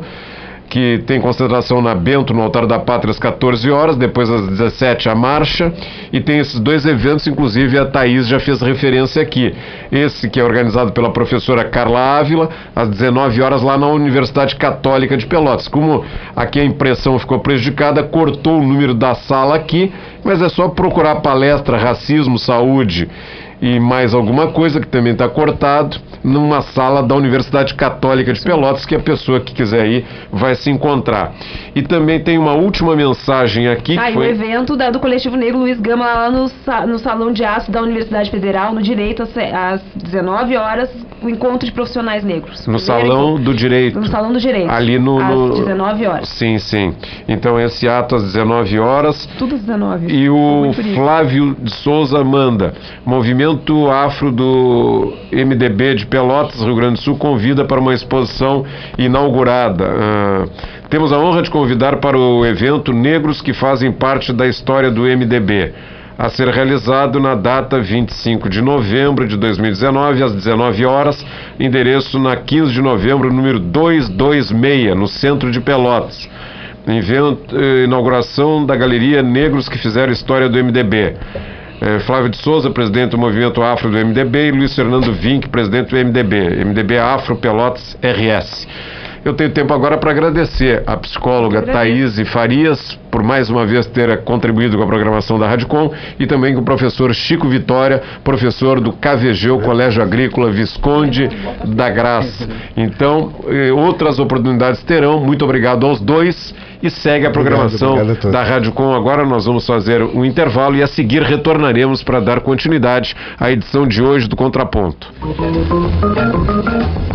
A: que tem concentração na Bento, no Altar da Pátria, às quatorze horas, depois às dezessete a marcha, e tem esses dois eventos, inclusive a Thaís já fez referência aqui. Esse que é organizado pela professora Carla Ávila, às dezenove horas, lá na Universidade Católica de Pelotas. Como aqui a impressão ficou prejudicada, cortou o número da sala aqui, mas é só procurar a palestra Racismo, Saúde e mais alguma coisa, que também está cortado, numa sala da Universidade Católica de Pelotas, que a pessoa que quiser ir vai se encontrar. E também tem uma última mensagem aqui.
B: Ah,
A: que
B: e
A: foi...
B: o evento da, do Coletivo Negro Luiz Gama, lá no, no Salão de Aço da Universidade Federal, no Direito, às, às dezenove horas, o encontro de profissionais negros.
A: No Salão do Direito.
B: No Salão do Direito.
A: Ali no...
B: Às
A: no...
B: dezenove horas.
A: Sim, sim. Então esse ato às dezenove horas.
B: Tudo às dezenove.
A: E o Flávio de Souza manda: Movimento Afro do M D B de Pelotas, Rio Grande do Sul, convida para uma exposição inaugurada. Uh, temos a honra de convidar para o evento negros que fazem parte da história do M D B, a ser realizado na data vinte e cinco de novembro de dois mil e dezenove, às dezenove horas, endereço na quinze de novembro, número duzentos e vinte e seis, no centro de Pelotas. Evento, eh, inauguração da Galeria Negros que Fizeram História do M D B. É, Flávio de Souza, presidente do Movimento Afro do M D B, e Luiz Fernando Vinck, presidente do M D B, M D B Afro Pelotas R S. Eu tenho tempo agora para agradecer a psicóloga Thaís Farias por mais uma vez ter contribuído com a programação da Rádio Com, e também com o professor Chico Vitória, professor do K V G, o Colégio Agrícola Visconde da Graça. Então, eh, outras oportunidades terão. Muito obrigado aos dois, e segue a programação obrigado, obrigado a da Rádio Com. Agora nós vamos fazer um intervalo e a seguir retornaremos para dar continuidade à edição de hoje do Contraponto.